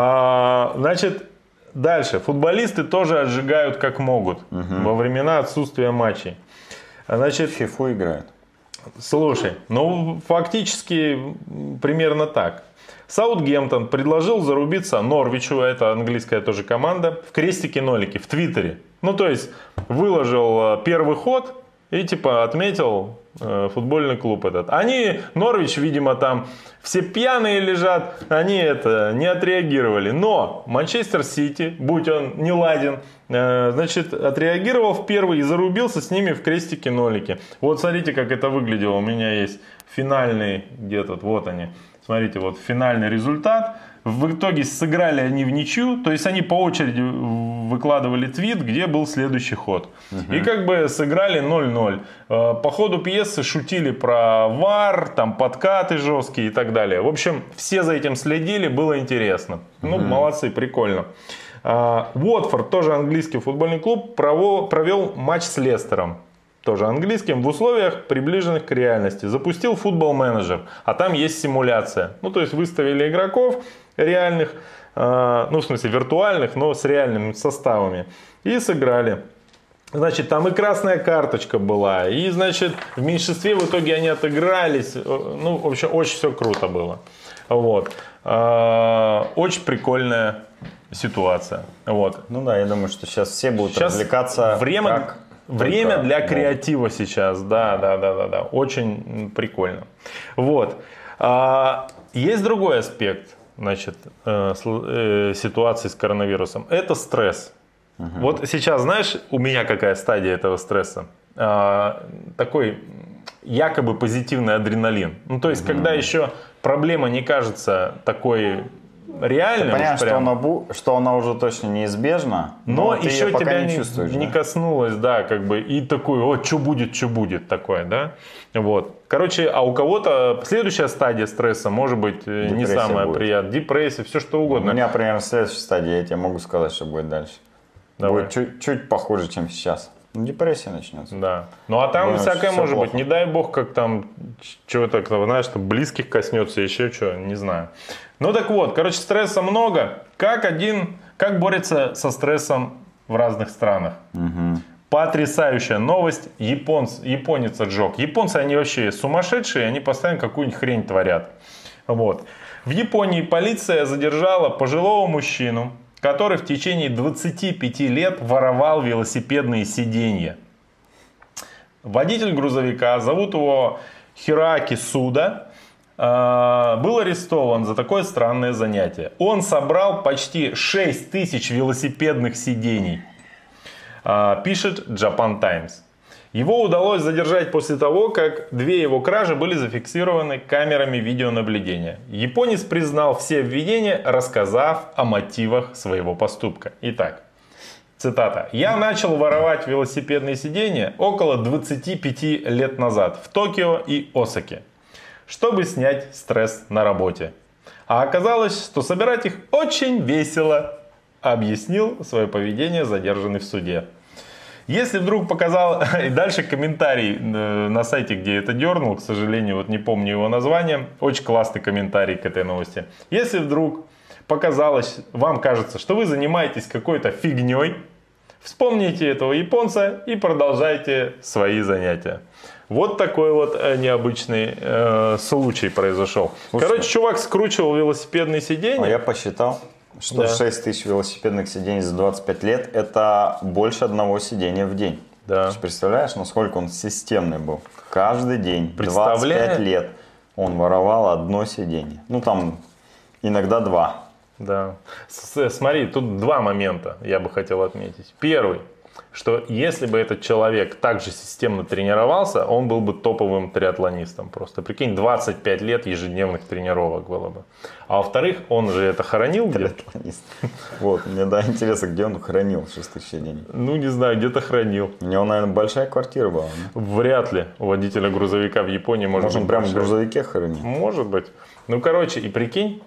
а, значит, дальше. Футболисты тоже отжигают как могут во времена отсутствия матчей. Значит, В фифу играют. слушай, ну фактически м, примерно так. Саутгемптон предложил зарубиться Норвичу, это английская тоже команда, в крестике-нолике в Твиттере. Ну то есть выложил э, первый ход и типа отметил э, футбольный клуб этот. Они, Норвич, видимо, там все пьяные лежат, они это не отреагировали. Но Манчестер Сити, будь он не ладен, э, значит, отреагировал в первый и зарубился с ними в крестике-нолике. Вот смотрите, как это выглядело. У меня есть финальный, где тут, вот они. Смотрите, вот финальный результат. В итоге сыграли они в ничью. То есть они по очереди выкладывали твит, где был следующий ход. Угу. И как бы сыграли ноль-ноль. По ходу пьесы шутили про вар, там подкаты жесткие и так далее. В общем, все за этим следили, было интересно. Ну, угу. Молодцы, прикольно. Уотфорд, тоже английский футбольный клуб, провел матч с Лестером. Тоже английским, в условиях, приближенных к реальности. Запустил Football Manager, а там есть симуляция. Ну, то есть выставили игроков реальных, э, ну, в смысле виртуальных, но с реальными составами. И сыграли. Значит, там и красная карточка была, и, значит, в меньшинстве в итоге они отыгрались. Ну, в общем, очень все круто было. Вот. Э, очень прикольная ситуация. Вот. Ну да, я думаю, что сейчас все будут сейчас развлекаться. Время... Как... Время Только для могут. креатива сейчас, да, да, да, да, да, очень прикольно. Вот. А, есть другой аспект, значит, э, э, ситуации с коронавирусом. Это стресс. Угу. Вот сейчас, знаешь, у меня какая стадия этого стресса? А, такой якобы позитивный адреналин. Ну, то есть, угу. когда еще проблема не кажется такой реально. Ты понимаешь, что она, бу- что она уже точно неизбежна, но, но ты еще ее пока тебя не не, чувствуешь. не да? коснулось, да, как бы, и такой, о, что будет, что будет, такое, да, вот. Короче, а у кого-то следующая стадия стресса может быть депрессия не самая будет. приятная, депрессия, все что угодно. У меня примерно следующая стадия, я тебе могу сказать, что будет дальше. Давай. Будет чуть, чуть похуже, чем сейчас. Депрессия начнется. Да. Ну а там Будет всякое может плохо. быть. Не дай бог, как там чего-то, знаешь, там близких коснется, еще что, не знаю. Ну так вот, короче, стресса много. Как один, как борется со стрессом в разных странах. Угу. Потрясающая новость. Японц, японец отжег. Японцы, они вообще сумасшедшие, они постоянно какую-нибудь хрень творят. Вот. В Японии полиция задержала пожилого мужчину, который в течение двадцати пяти лет воровал велосипедные сиденья. Водитель грузовика, зовут его Хироаки Суда, был арестован за такое странное занятие. Он собрал почти шесть тысяч велосипедных сидений, пишет Japan Times. Его удалось задержать после того, как две его кражи были зафиксированы камерами видеонаблюдения. Японец признал все обвинения, рассказав о мотивах своего поступка. Итак, цитата. «Я начал воровать велосипедные сиденья около двадцати пяти лет назад в Токио и Осаке, чтобы снять стресс на работе. А оказалось, что собирать их очень весело», объяснил свое поведение задержанный в суде. Если вдруг показал, и дальше комментарий на сайте, где это дернул, к сожалению, вот не помню его название, очень классный комментарий к этой новости. Если вдруг показалось, вам кажется, что вы занимаетесь какой-то фигней, вспомните этого японца и продолжайте свои занятия. Вот такой вот необычный э, случай произошел. Слушай, короче, чувак скручивал велосипедные сиденья. А я посчитал, что да. шесть тысяч велосипедных сидений за двадцать пять лет это больше одного сидения в день. Да. Ты представляешь, насколько он системный был? Каждый день, Представляю. двадцать пять лет он воровал одно сиденье. Ну там иногда два. Да. С- смотри, тут два момента я бы хотел отметить. Первый, что если бы этот человек также системно тренировался, он был бы топовым триатлонистом. Просто прикинь, двадцать пять лет ежедневных тренировок было бы. А во-вторых, он же это хоронил где-то. Триатлонист. Вот, мне да, интересно, где он хранил шесть тысяч сидений. Ну, не знаю, где-то хранил. У него, наверное, большая квартира была. Да? Вряд ли у водителя грузовика в Японии может Может, он быть прямо в большая. грузовике хранил? Может быть. Ну, короче, и прикинь,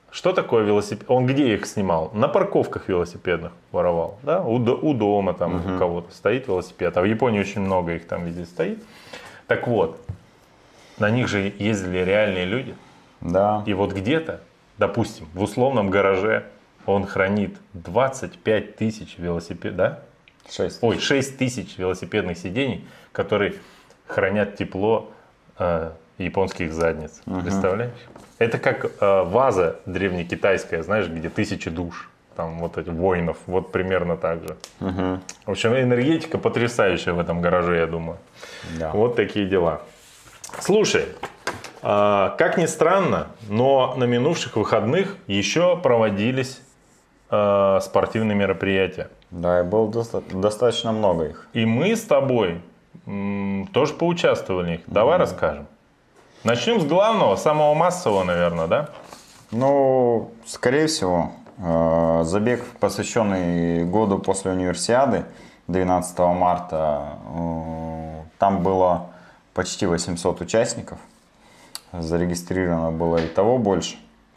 Что такое велосипед? Он где их снимал? На парковках велосипедных воровал. Да? У, до- у дома там Мгм. у кого-то стоит велосипед. А в Японии очень много их там везде стоит. Так вот, на них же ездили реальные люди. Да. И вот где-то, допустим, в условном гараже он хранит двадцать пять тысяч велосипедов, да? Шесть. Ой, шесть тысяч велосипедных сидений, которые хранят тепло э, японских задниц. Мгм. Представляешь? Это как э, ваза древнекитайская, знаешь, где тысячи душ. Там вот этих воинов. Вот примерно так же. Мгм. В общем, энергетика потрясающая в этом гараже, я думаю. Да. Вот такие дела. Слушай, а, как ни странно, но на минувших выходных еще проводились а, спортивные мероприятия. Да, и было доста- достаточно много их. И мы с тобой м, тоже поучаствовали в них. Давай расскажем. Начнем с главного, самого массового, наверное, да? Ну, скорее всего, э, забег, посвященный году после универсиады, двенадцатого марта, э, там было почти восемьсот участников. Зарегистрировано было и того больше.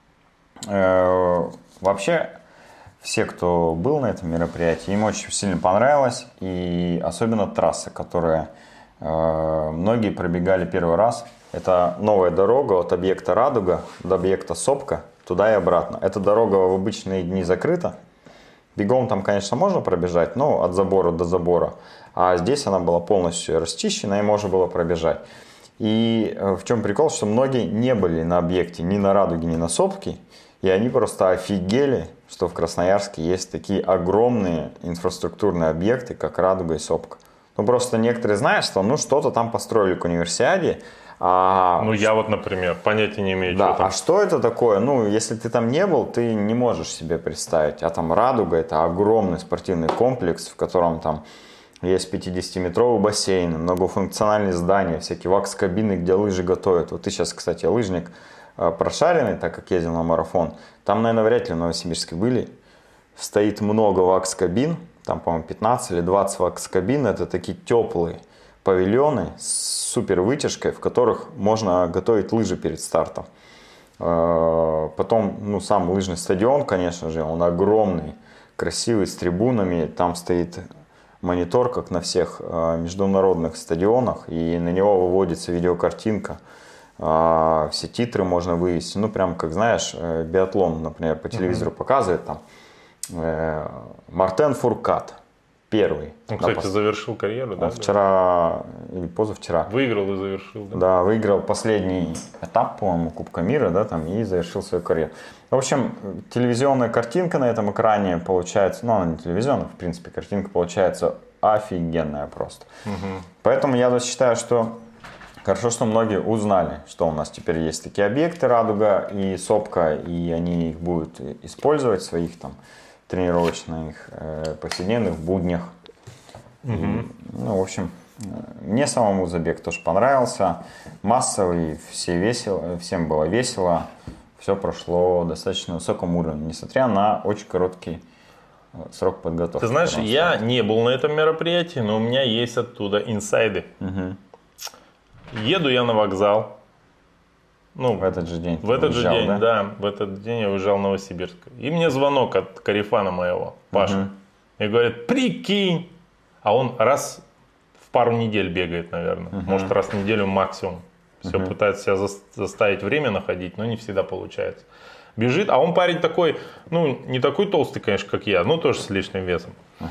Э, Вообще, все, кто был на этом мероприятии, им очень сильно понравилось. И особенно трасса, которая э, многие пробегали первый раз. Это новая дорога от объекта Радуга до объекта Сопка, туда и обратно. Эта дорога в обычные дни закрыта. Бегом там, конечно, можно пробежать, но от забора до забора. А здесь она была полностью расчищена и можно было пробежать. И э, в чем прикол, что многие не были на объекте ни на Радуге, ни на Сопке. И они просто офигели, что в Красноярске есть такие огромные инфраструктурные объекты, как Радуга и Сопка. Ну просто некоторые знают, что ну что-то там построили к универсиаде. А Ну, я вот, например, понятия не имею, да, что там. а что это такое? Ну, если ты там не был, ты не можешь себе представить. А там Радуга — это огромный спортивный комплекс, в котором там есть пятидесятиметровый бассейн, многофункциональные здания, всякие вакс-кабины, где лыжи готовят. Вот ты сейчас, кстати, лыжник э, прошаренный, так как ездил на марафон. Там, наверное, вряд ли в Новосибирске были. Стоит много вакс-кабин, там, по-моему, пятнадцать или двадцать вакс-кабин. Это такие теплые павильоны с супер вытяжкой, в которых можно готовить лыжи перед стартом. Потом, ну, сам лыжный стадион, конечно же, он огромный, красивый, с трибунами. Там стоит монитор, как на всех международных стадионах, и на него выводится видеокартинка. Все титры можно вывести. Ну, прям, как знаешь, биатлон, например, по телевизору uh-huh. показывает там. Мартен Фуркат. Первый. Он, кстати, да, завершил карьеру, да? Он вчера или позавчера. Выиграл и завершил, да? Да, выиграл последний этап, по-моему, Кубка мира, да, там, и завершил свою карьеру. В общем, телевизионная картинка на этом экране получается, ну, она не телевизионная, в принципе, картинка получается офигенная просто. Угу. Поэтому я считаю, что хорошо, что многие узнали, что у нас теперь есть такие объекты Радуга и Сопка, и они их будут использовать в своих там тренировочных, э, повседневных буднях. Угу. И, ну, в общем, мне самому забег тоже понравился. Массовый, все весело, всем было весело. Все прошло достаточно высоком уровне, несмотря на очень короткий срок подготовки. Ты знаешь, я не был на этом мероприятии, но у меня есть оттуда инсайды. Угу. Еду я на вокзал. Ну, в этот же день. В этот уезжал, же день, да? да, в этот день я уезжал в Новосибирск. И мне звонок от корефана моего, Паши. Угу. И говорит, прикинь. А он раз в пару недель бегает, наверное. Угу. Может, раз в неделю максимум. Все угу. пытается себя заставить время находить, но не всегда получается. Бежит, а он парень такой, ну, не такой толстый, конечно, как я, но тоже с лишним весом. Угу.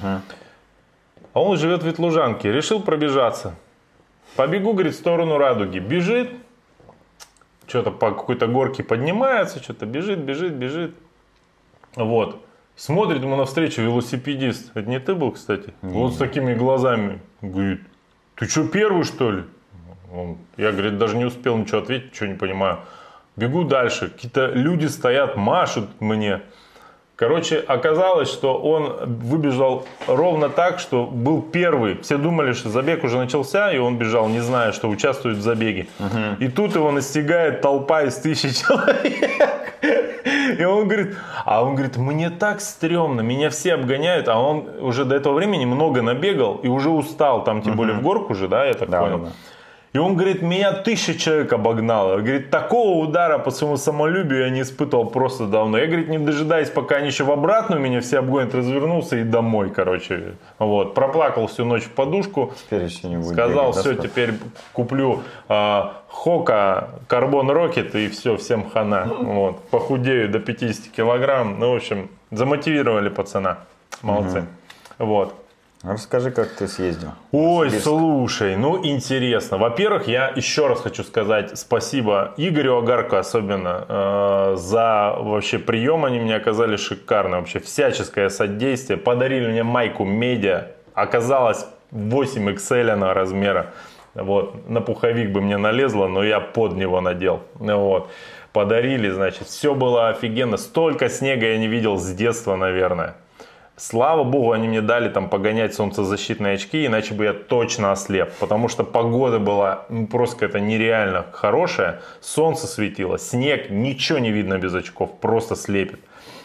А он живет в Ветлужанке, решил пробежаться. Побегу, говорит, в сторону Радуги. Бежит. Что-то по какой-то горке поднимается, что-то бежит, бежит, бежит. Вот. Смотрит ему навстречу велосипедист. Это не ты был, кстати? Не, вот не. С такими глазами. Говорит, ты что, первый, что ли? Он, я, говорит, даже не успел ничего ответить, ничего не понимаю. Бегу дальше. Какие-то люди стоят, машут мне. Короче, оказалось, что он выбежал ровно так, что был первый. Все думали, что забег уже начался, и он бежал, не зная, что участвует в забеге. Угу. И тут его настигает толпа из тысячи человек. И он говорит, а он говорит, мне так стрёмно, меня все обгоняют, а он уже до этого времени много набегал и уже устал, там тем угу. более в горку же, да, я так да, понял. Да. И он говорит, меня тысяча человек обогнало. Говорит, такого удара по своему самолюбию я не испытывал просто давно. Я, говорит, не дожидаясь, пока они еще в обратную меня все обгонят, развернулся и домой, короче. Вот. Проплакал всю ночь в подушку. Теперь еще не будет Сказал, бегать, все, да, теперь куплю э, Хока, Карбон Рокет и все, всем хана. Вот. Похудею до пятидесяти килограмм. Ну, в общем, замотивировали пацана. Молодцы. Угу. Вот. Расскажи, как ты съездил. Ой, слушай, ну интересно. Во-первых, я еще раз хочу сказать спасибо Игорю Агарко особенно э, за вообще прием. Они мне оказали шикарно. Вообще всяческое содействие. Подарили мне майку медиа. Оказалось восемь икс эль она размера. Вот. На пуховик бы мне налезло, но я под него надел. Вот. Подарили, значит. Все было офигенно. Столько снега я не видел с детства, наверное. Слава богу, они мне дали там погонять солнцезащитные очки, иначе бы я точно ослеп. Потому что погода была ну, просто какая-то нереально хорошая. Солнце светило, снег, ничего не видно без очков, просто слепит.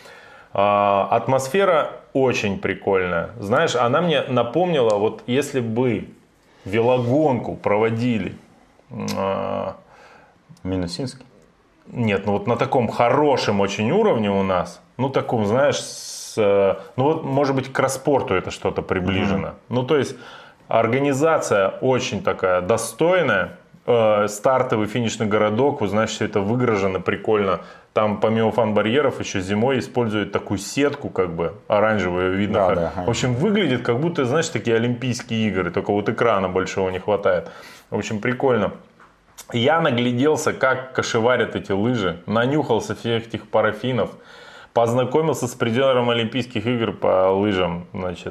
А, атмосфера очень прикольная. Знаешь, она мне напомнила, вот если бы велогонку проводили... А... Минусинский? Нет, ну вот на таком хорошем очень уровне у нас, ну таком, знаешь... Ну вот, может быть, к кросспорту это что-то приближено. Mm-hmm. Ну, то есть, организация очень такая достойная. Э, стартовый финишный городок, вы знаете, все это выгорожено прикольно. Там, помимо фан-барьеров, еще зимой используют такую сетку, как бы, оранжевую, видно. Да, как. да, в общем, выглядит, как будто, знаешь, такие олимпийские игры. Только вот экрана большого не хватает. В общем, прикольно. Я нагляделся, как кошеварят эти лыжи. Нанюхался всех этих парафинов. Познакомился с призером Олимпийских игр по лыжам, значит,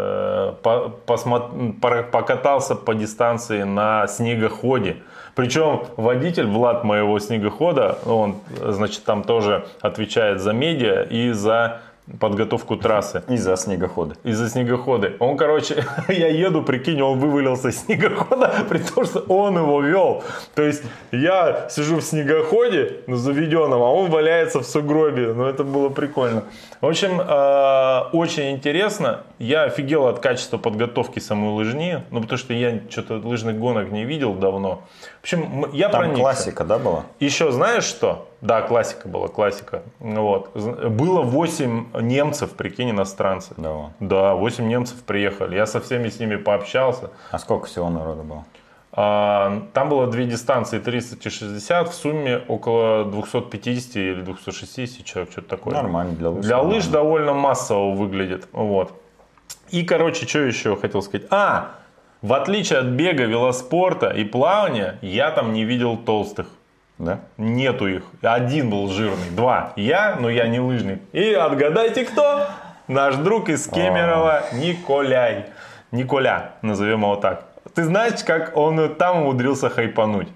по, посмотри, покатался по дистанции на снегоходе. Причем водитель Влад моего снегохода, он, значит, там тоже отвечает за медиа и за подготовку трассы. И за снегоходы. И за снегоходы. Он, короче, я еду, прикинь, он вывалился из снегохода, при том, что он его вел. То есть я сижу в снегоходе, ну, заведенном, а он валяется в сугробе. Ну, это было прикольно. В общем, э, очень интересно. Я офигел от качества подготовки самой лыжни. Ну, потому что я что-то лыжных гонок не видел давно. В общем, я Там проникся. классика, да, была? Еще знаешь что? Да, классика была, классика. Вот. Было восемь немцев, прикинь, иностранцев. Да, вот. Да, восемь немцев приехали. Я со всеми с ними пообщался. А сколько всего народа было? А, там было две дистанции, тридцать и шестьдесят. В сумме около двести пятьдесят или двести шестьдесят человек, что-то такое. Нормально для лыж. Для нормально. лыж довольно массово выглядит. Вот. И, короче, что еще хотел сказать? А, в отличие от бега, велоспорта и плавания, я там не видел толстых. Да? Нету их. Один был жирный. Два. Я, но я не лыжник. И отгадайте кто? Наш друг из Кемерово Николяй. Николя, назовем его так. Ты знаешь, как он там умудрился хайпануть?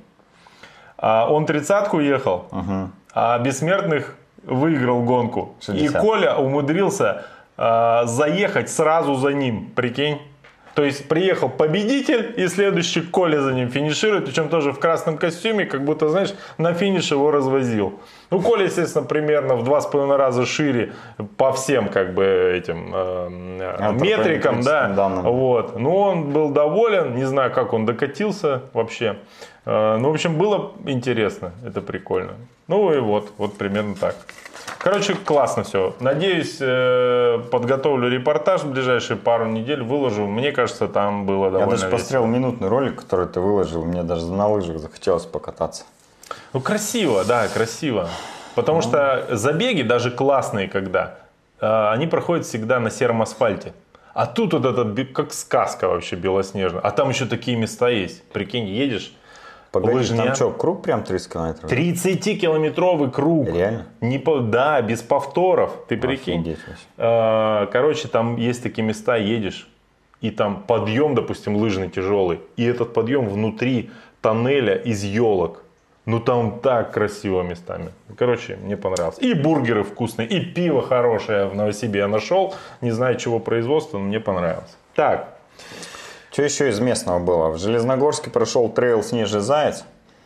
А, он тридцатку ехал, Угу. а Бессмертных выиграл гонку. шестьдесят. И Коля умудрился а, заехать сразу за ним. Прикинь? То есть приехал победитель, и следующий Коля за ним финиширует, причем тоже в красном костюме, как будто, знаешь, на финиш его развозил. Ну, Коля, естественно, примерно в два с половиной раза шире по всем, как бы, этим э, метрикам, да. Данным. Вот. Ну, он был доволен, не знаю, как он докатился вообще. Э, ну, в общем, было интересно, это прикольно. Ну, и вот, вот примерно так. Короче, классно все. Надеюсь, подготовлю репортаж в ближайшие пару недель, выложу. Мне кажется, там было довольно Я даже весело. посмотрел минутный ролик, который ты выложил. Мне даже на лыжах захотелось покататься. Ну, красиво, да, красиво. Потому что забеги, даже классные, когда, они проходят всегда на сером асфальте. А тут вот это как сказка вообще белоснежная. А там еще такие места есть. Прикинь, едешь. Погоди, лыжня. там что, круг прям тридцать километров? тридцатикилометровый круг. Реально? Не по, да, без повторов. Ты прикинь. Офигеть вообще. А, короче, там есть такие места, едешь, и там подъем, допустим, лыжный тяжелый. И этот подъем внутри тоннеля из елок. Ну там так красиво местами. Короче, мне понравилось. И бургеры вкусные, и пиво хорошее в Новосибе я нашел. Не знаю, чего производства, но мне понравилось. Так. Что еще из местного было? В Железногорске прошел трейл «Снежный заяц».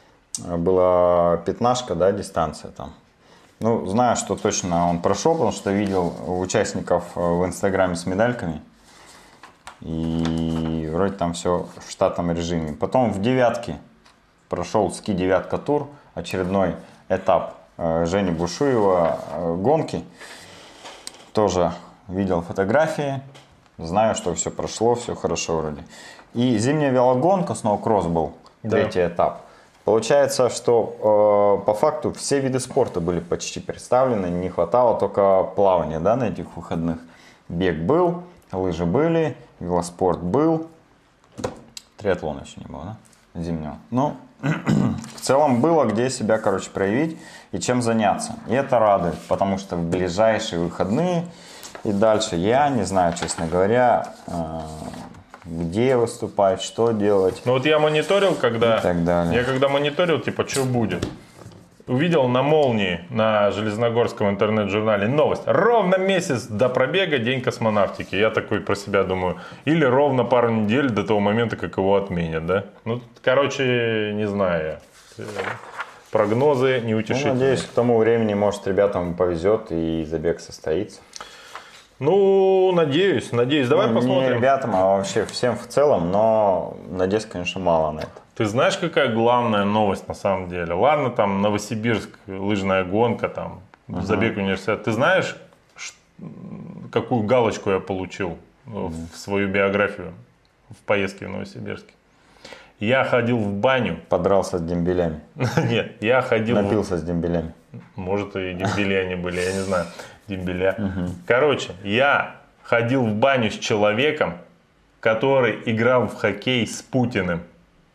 Была пятнашка, да, дистанция там. Ну, знаю, что точно он прошел, потому что видел участников в Инстаграме с медальками. И вроде там все в штатном режиме. Потом в девятке прошел ски девятка тур, очередной этап э, Жени Бушуева э, гонки. Тоже видел фотографии, знаю, что все прошло, все хорошо вроде. И зимняя велогонка, сноукросс был, Да. третий этап. Получается, что э, по факту все виды спорта были почти представлены, не хватало только плавания, да, на этих выходных. Бег был, лыжи были, велоспорт был, триатлон еще не было, да, зимнего. Ну, в целом было где себя, короче, проявить и чем заняться. И это радует, потому что в ближайшие выходные и дальше я не знаю, честно говоря, э, где выступать, что делать. Ну вот я мониторил, когда... И так далее. Я когда мониторил, типа, что будет. Увидел на «Молнии», на Железногорском интернет-журнале новость. Ровно месяц до пробега День космонавтики. Я такой про себя думаю. Или ровно пару недель до того момента, как его отменят, да? Ну, короче, не знаю я. Прогнозы Ну, неутешительные. надеюсь, к тому времени, может, ребятам повезет и забег состоится. Ну, надеюсь, надеюсь. Давай Ну, посмотрим. Не ребятам, а вообще всем в целом, но надеюсь, конечно, мало на это. Ты знаешь, какая главная новость на самом деле? Ладно, там Новосибирск, лыжная гонка, там uh-huh. забег университет. Ты знаешь, ш- какую галочку я получил uh-huh. в свою биографию в поездке в Новосибирске? Я ходил в баню. Подрался с дембелями. Нет, я ходил... Напился с дембелями. Может, и дембели они были, я не знаю. Дембеля. Короче, я ходил в баню с человеком, который играл в хоккей с Путиным.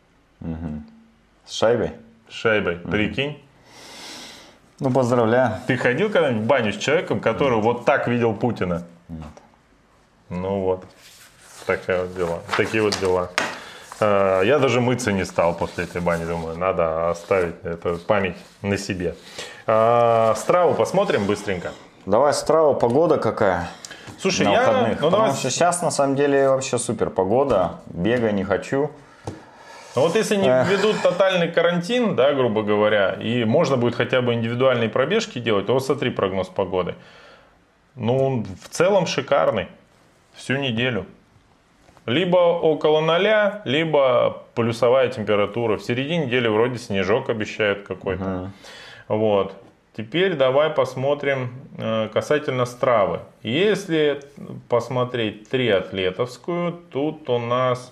С шайбой? С шайбой, прикинь. Ну, поздравляю. Ты ходил когда-нибудь в баню с человеком, который Нет. вот так видел Путина? Нет. Ну вот, такие вот дела. Такие вот дела. Я даже мыться не стал после этой бани, думаю, надо оставить эту память на себе. Страву посмотрим быстренько. Давай Страву, погода какая? Слушай, на я... выходных. Ну, Потому давай... что сейчас на самом деле вообще супер погода, бега не хочу. Ну вот если не введут тотальный карантин, да, грубо говоря, и можно будет хотя бы индивидуальные пробежки делать, то вот смотри прогноз погоды. Ну, в целом шикарный. Всю неделю. Либо около ноля, либо плюсовая температура. В середине недели вроде снежок обещают какой-то. Uh-huh. Вот. Теперь давай посмотрим э, касательно Стравы. Если посмотреть триатлетовскую, тут у нас...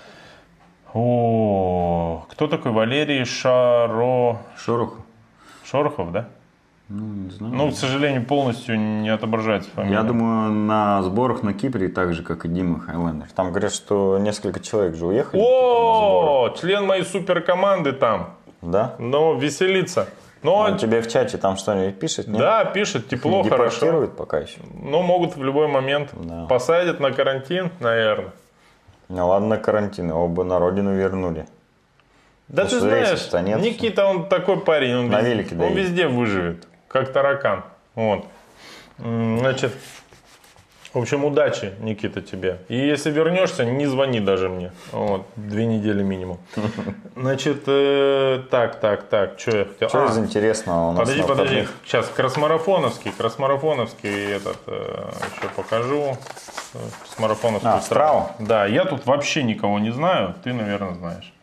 О, кто такой Валерий Шаро... Шорохов. Шорохов, да? Ну, не знаю. Ну, к сожалению, полностью не отображается фамилия. Я думаю, на сборах на Кипре так же, как и Дима Хайлендер. Там говорят, что несколько человек же уехали. О, член моей суперкоманды там. Да? Ну, веселится. Но... Он тебе в чате там что-нибудь пишет? Нет? Да, пишет, тепло, хорошо. Депортируют пока еще? Ну, могут в любой момент. Да. Посадят на карантин, наверное. Ну ладно, карантин, оба на родину вернули. Да После ты знаешь, рейсов-то нет, Никита, он такой парень, он, на везде, велике он доедет. везде выживет, как таракан. Вот. Значит, в общем, удачи, Никита, тебе. И если вернешься, не звони даже мне. Вот, две недели минимум. Значит, э, так, так, так, что я хотел? Что А, из интересного у нас Подожди, на подожди. выходных? Сейчас красмарафоновский, красмарафоновский этот э, еще покажу. Красмарафоновскую А, Страву? Да, я тут вообще никого не знаю, ты, наверное, знаешь.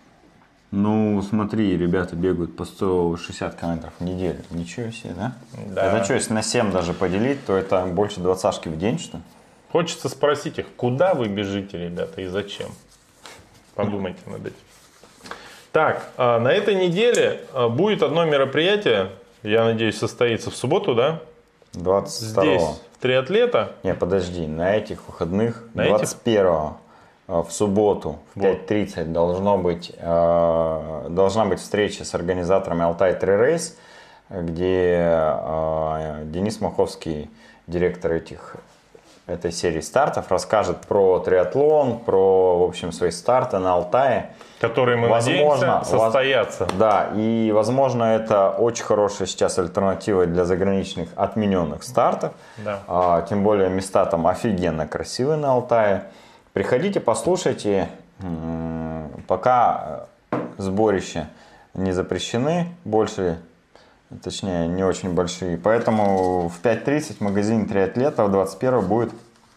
Ну, смотри, ребята бегают по сто шестьдесят километров в неделю. Ничего себе, да? Да. Это что, если на семь даже поделить, то это больше двадцатки в день, что ли? Хочется спросить их, куда вы бежите, ребята, и зачем? Подумайте над этим. Так, а на этой неделе а, будет одно мероприятие, я надеюсь, состоится в субботу, да? двадцать Здесь, второго. в Триатлета. Не, подожди, на этих выходных, На двадцать первого в субботу в Вот. пять тридцать должно быть, э, должна быть встреча с организаторами Altai Tri Race, где э, Денис Маховский, директор этих, этой серии стартов, расскажет про триатлон, про, в общем, свои старты на Алтае. Которые, мы Возможно, надеемся, состоятся. воз- Да, и, возможно, это очень хорошая сейчас альтернатива для заграничных отмененных стартов. Да. А, тем более места там офигенно красивые на Алтае. Приходите, послушайте. М, Пока сборища не запрещены больше, точнее, не очень большие. Поэтому в пять тридцать в магазине Триатлета в двадцать первого будет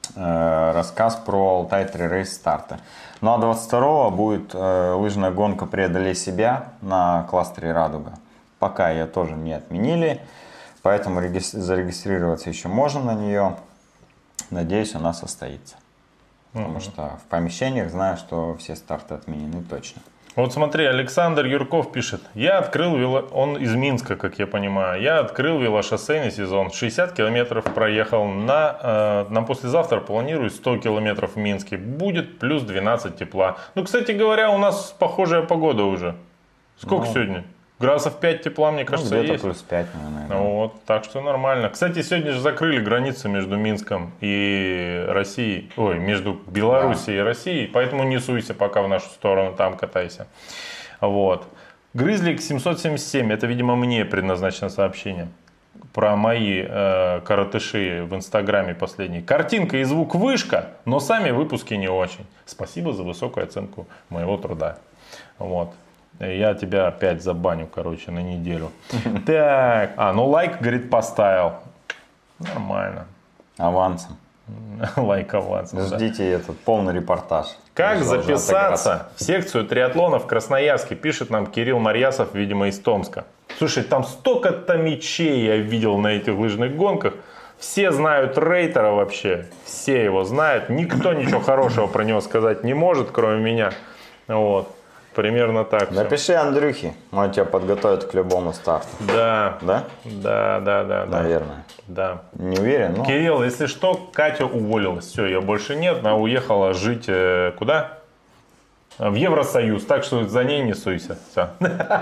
э, рассказ про Altai Tri Race старты. Ну а двадцать второго будет э, лыжная гонка «Преодолей себя» на кластере «Радуга». Пока ее тоже не отменили, поэтому регистр... зарегистрироваться еще можно на нее. Надеюсь, она состоится. Потому mm-hmm. что в помещениях знаю, что все старты отменены точно. Вот смотри, Александр Юрков пишет. Я открыл, вело... он из Минска, как я понимаю. Я открыл велошоссейный сезон. шестьдесят километров проехал. На, э, на послезавтра планирую сто километров в Минске. Будет плюс двенадцать тепла. Ну, кстати говоря, у нас похожая погода уже. Сколько ну... сегодня? Градусов пять тепла, мне кажется, ну, где-то есть. плюс пять, наверное. Вот, так что нормально. Кстати, сегодня же закрыли границу между Минском и Россией. Ой, между Белоруссией да. и Россией. Поэтому не суйся пока в нашу сторону, там катайся. Вот. Грызлик семьсот семьдесят семь. Это, видимо, мне предназначено сообщение. Про мои э, коротыши в Инстаграме последние. Картинка и звук вышка, но сами выпуски не очень. Спасибо за высокую оценку моего труда. Вот. Я тебя опять забаню, короче, на неделю. Так, а, ну лайк, говорит, поставил. Нормально. Авансом. Лайк авансом. Ждите да. этот полный репортаж. Как записаться в секцию триатлона в Красноярске, пишет нам Кирилл Марьясов, видимо, из Томска. Слушай, там столько-то мечей я видел на этих лыжных гонках. Все знают Рейтера вообще. Все его знают. Никто ничего хорошего про него сказать не может, кроме меня. Вот. Примерно так. Напиши все. Андрюхе, он тебя подготовит к любому старту. Да. Да? Да, да, да. Наверное. Да. Не уверен, но... Кирилл, если что, Катя уволилась. Все, ее больше нет. Она уехала жить э, куда? В Евросоюз. Так что за ней не суйся. Все.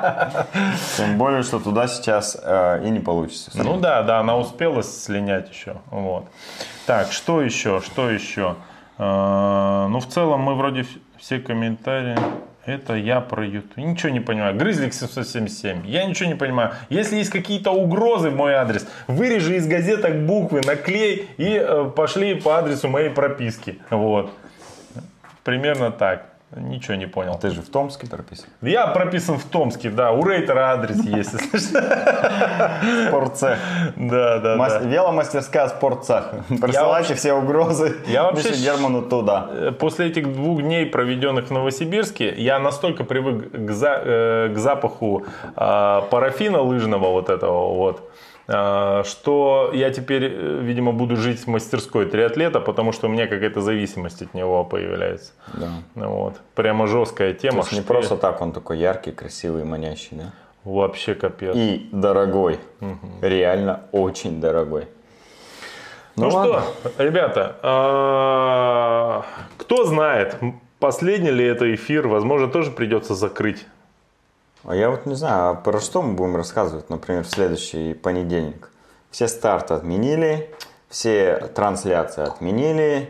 Тем более, что туда сейчас э, и не получится. Ну да, да, она успела слинять еще. Вот. Так, что еще? Что еще? Э, ну, в целом, мы вроде все комментарии... Это я про YouTube. Ничего не понимаю. Грызлик семьсот семьдесят семь. Я ничего не понимаю. Если есть какие-то угрозы в мой адрес, вырежи из газеток буквы, наклей и э, пошли по адресу моей прописки. Вот. Примерно так. Ничего не понял. А ты же в Томске прописан? Я прописан в Томске, да. У Рейтера адрес есть, если что. Спортцех. Да, да, да. Веломастерская спортцех. Присылайте все угрозы Мише Герману туда. После этих двух дней, проведенных в Новосибирске, я настолько привык к, за, э, к запаху э, парафина лыжного вот этого вот, что я теперь, видимо, буду жить в мастерской триатлета, потому что у меня какая-то зависимость от него появляется. Да. Вот. Прямо жесткая тема. То есть не просто так он такой яркий, красивый, манящий, да? Вообще капец. И дорогой. Угу. Реально очень дорогой. Ну, ну что, ребята, кто знает, последний ли это эфир, возможно, тоже придется закрыть. А я вот не знаю, а про что мы будем рассказывать, например, в следующий понедельник. Все старты отменили, все трансляции отменили,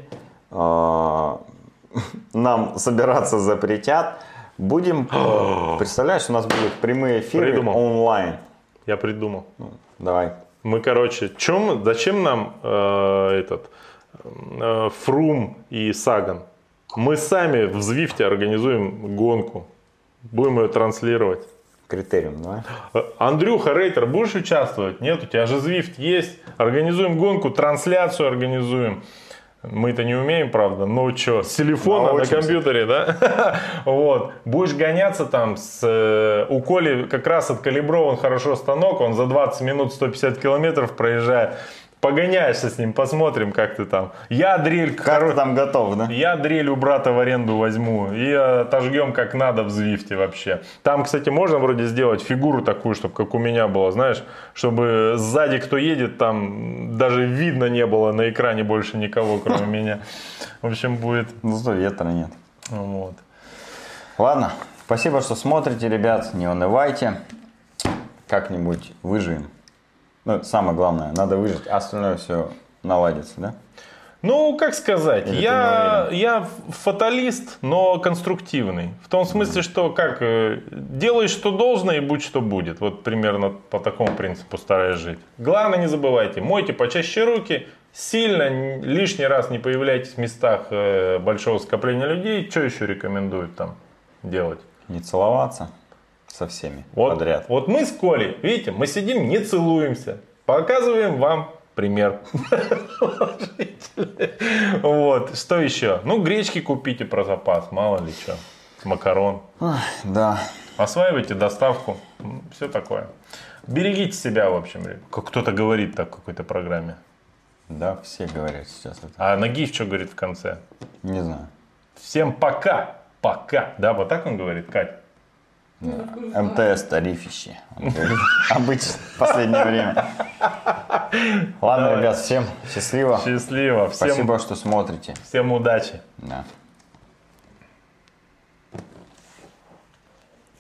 нам собираться запретят. Будем, представляешь, у нас будут прямые эфиры Придумал. онлайн. Я придумал. Ну, давай. Мы, короче, чем, зачем нам э, этот э, Фрум и Саган? Мы сами в Звифте организуем гонку. Будем ее транслировать. Критериум, давай. Андрюха, Рейтер, будешь участвовать? Нет, у тебя же Звифт есть. Организуем гонку, трансляцию организуем. Мы-то не умеем, правда, но что, с телефона на компьютере, да? Вот. Будешь гоняться там с... У Коли как раз откалиброван хорошо станок, он за двадцать минут сто пятьдесят километров проезжает. Погоняешься с ним, посмотрим, как ты там. Я дрель... Как хоро... ты там готов, да? Я дрель у брата в аренду возьму и отожгем как надо в Звифте вообще. Там, кстати, можно вроде сделать фигуру такую, чтобы как у меня было, знаешь, чтобы сзади кто едет, там даже видно не было на экране больше никого, кроме меня. В общем, будет... Ну, что, ветра нет. Вот. Ладно, спасибо, что смотрите, ребят, не унывайте. Как-нибудь выживем. Ну, самое главное, надо выжить, а остальное все наладится, да? Ну, как сказать, Или я, я фаталист, но конструктивный. В том смысле, что как делай, что должно, и будь, что будет. Вот примерно по такому принципу стараюсь жить. Главное, не забывайте, мойте почаще руки, сильно лишний раз не появляйтесь в местах большого скопления людей. Что еще рекомендуют там делать? Не целоваться со всеми вот, подряд. Вот мы с Колей, видите, мы сидим, не целуемся. Показываем вам пример. Вот, что еще? Ну, гречки купите про запас, мало ли что. Макарон. Ой, да. Осваивайте доставку, все такое. Берегите себя, в общем, как кто-то говорит так в какой-то программе. Да, все говорят сейчас это. А Нагиев что говорит в конце? Не знаю. Всем пока, пока. Да, вот так он говорит, Кать? МТС тарифище. Он говорит обычно в последнее время. Ладно, ребят, всем счастливо. Счастливо. Всем, Спасибо, что смотрите. всем удачи. Да.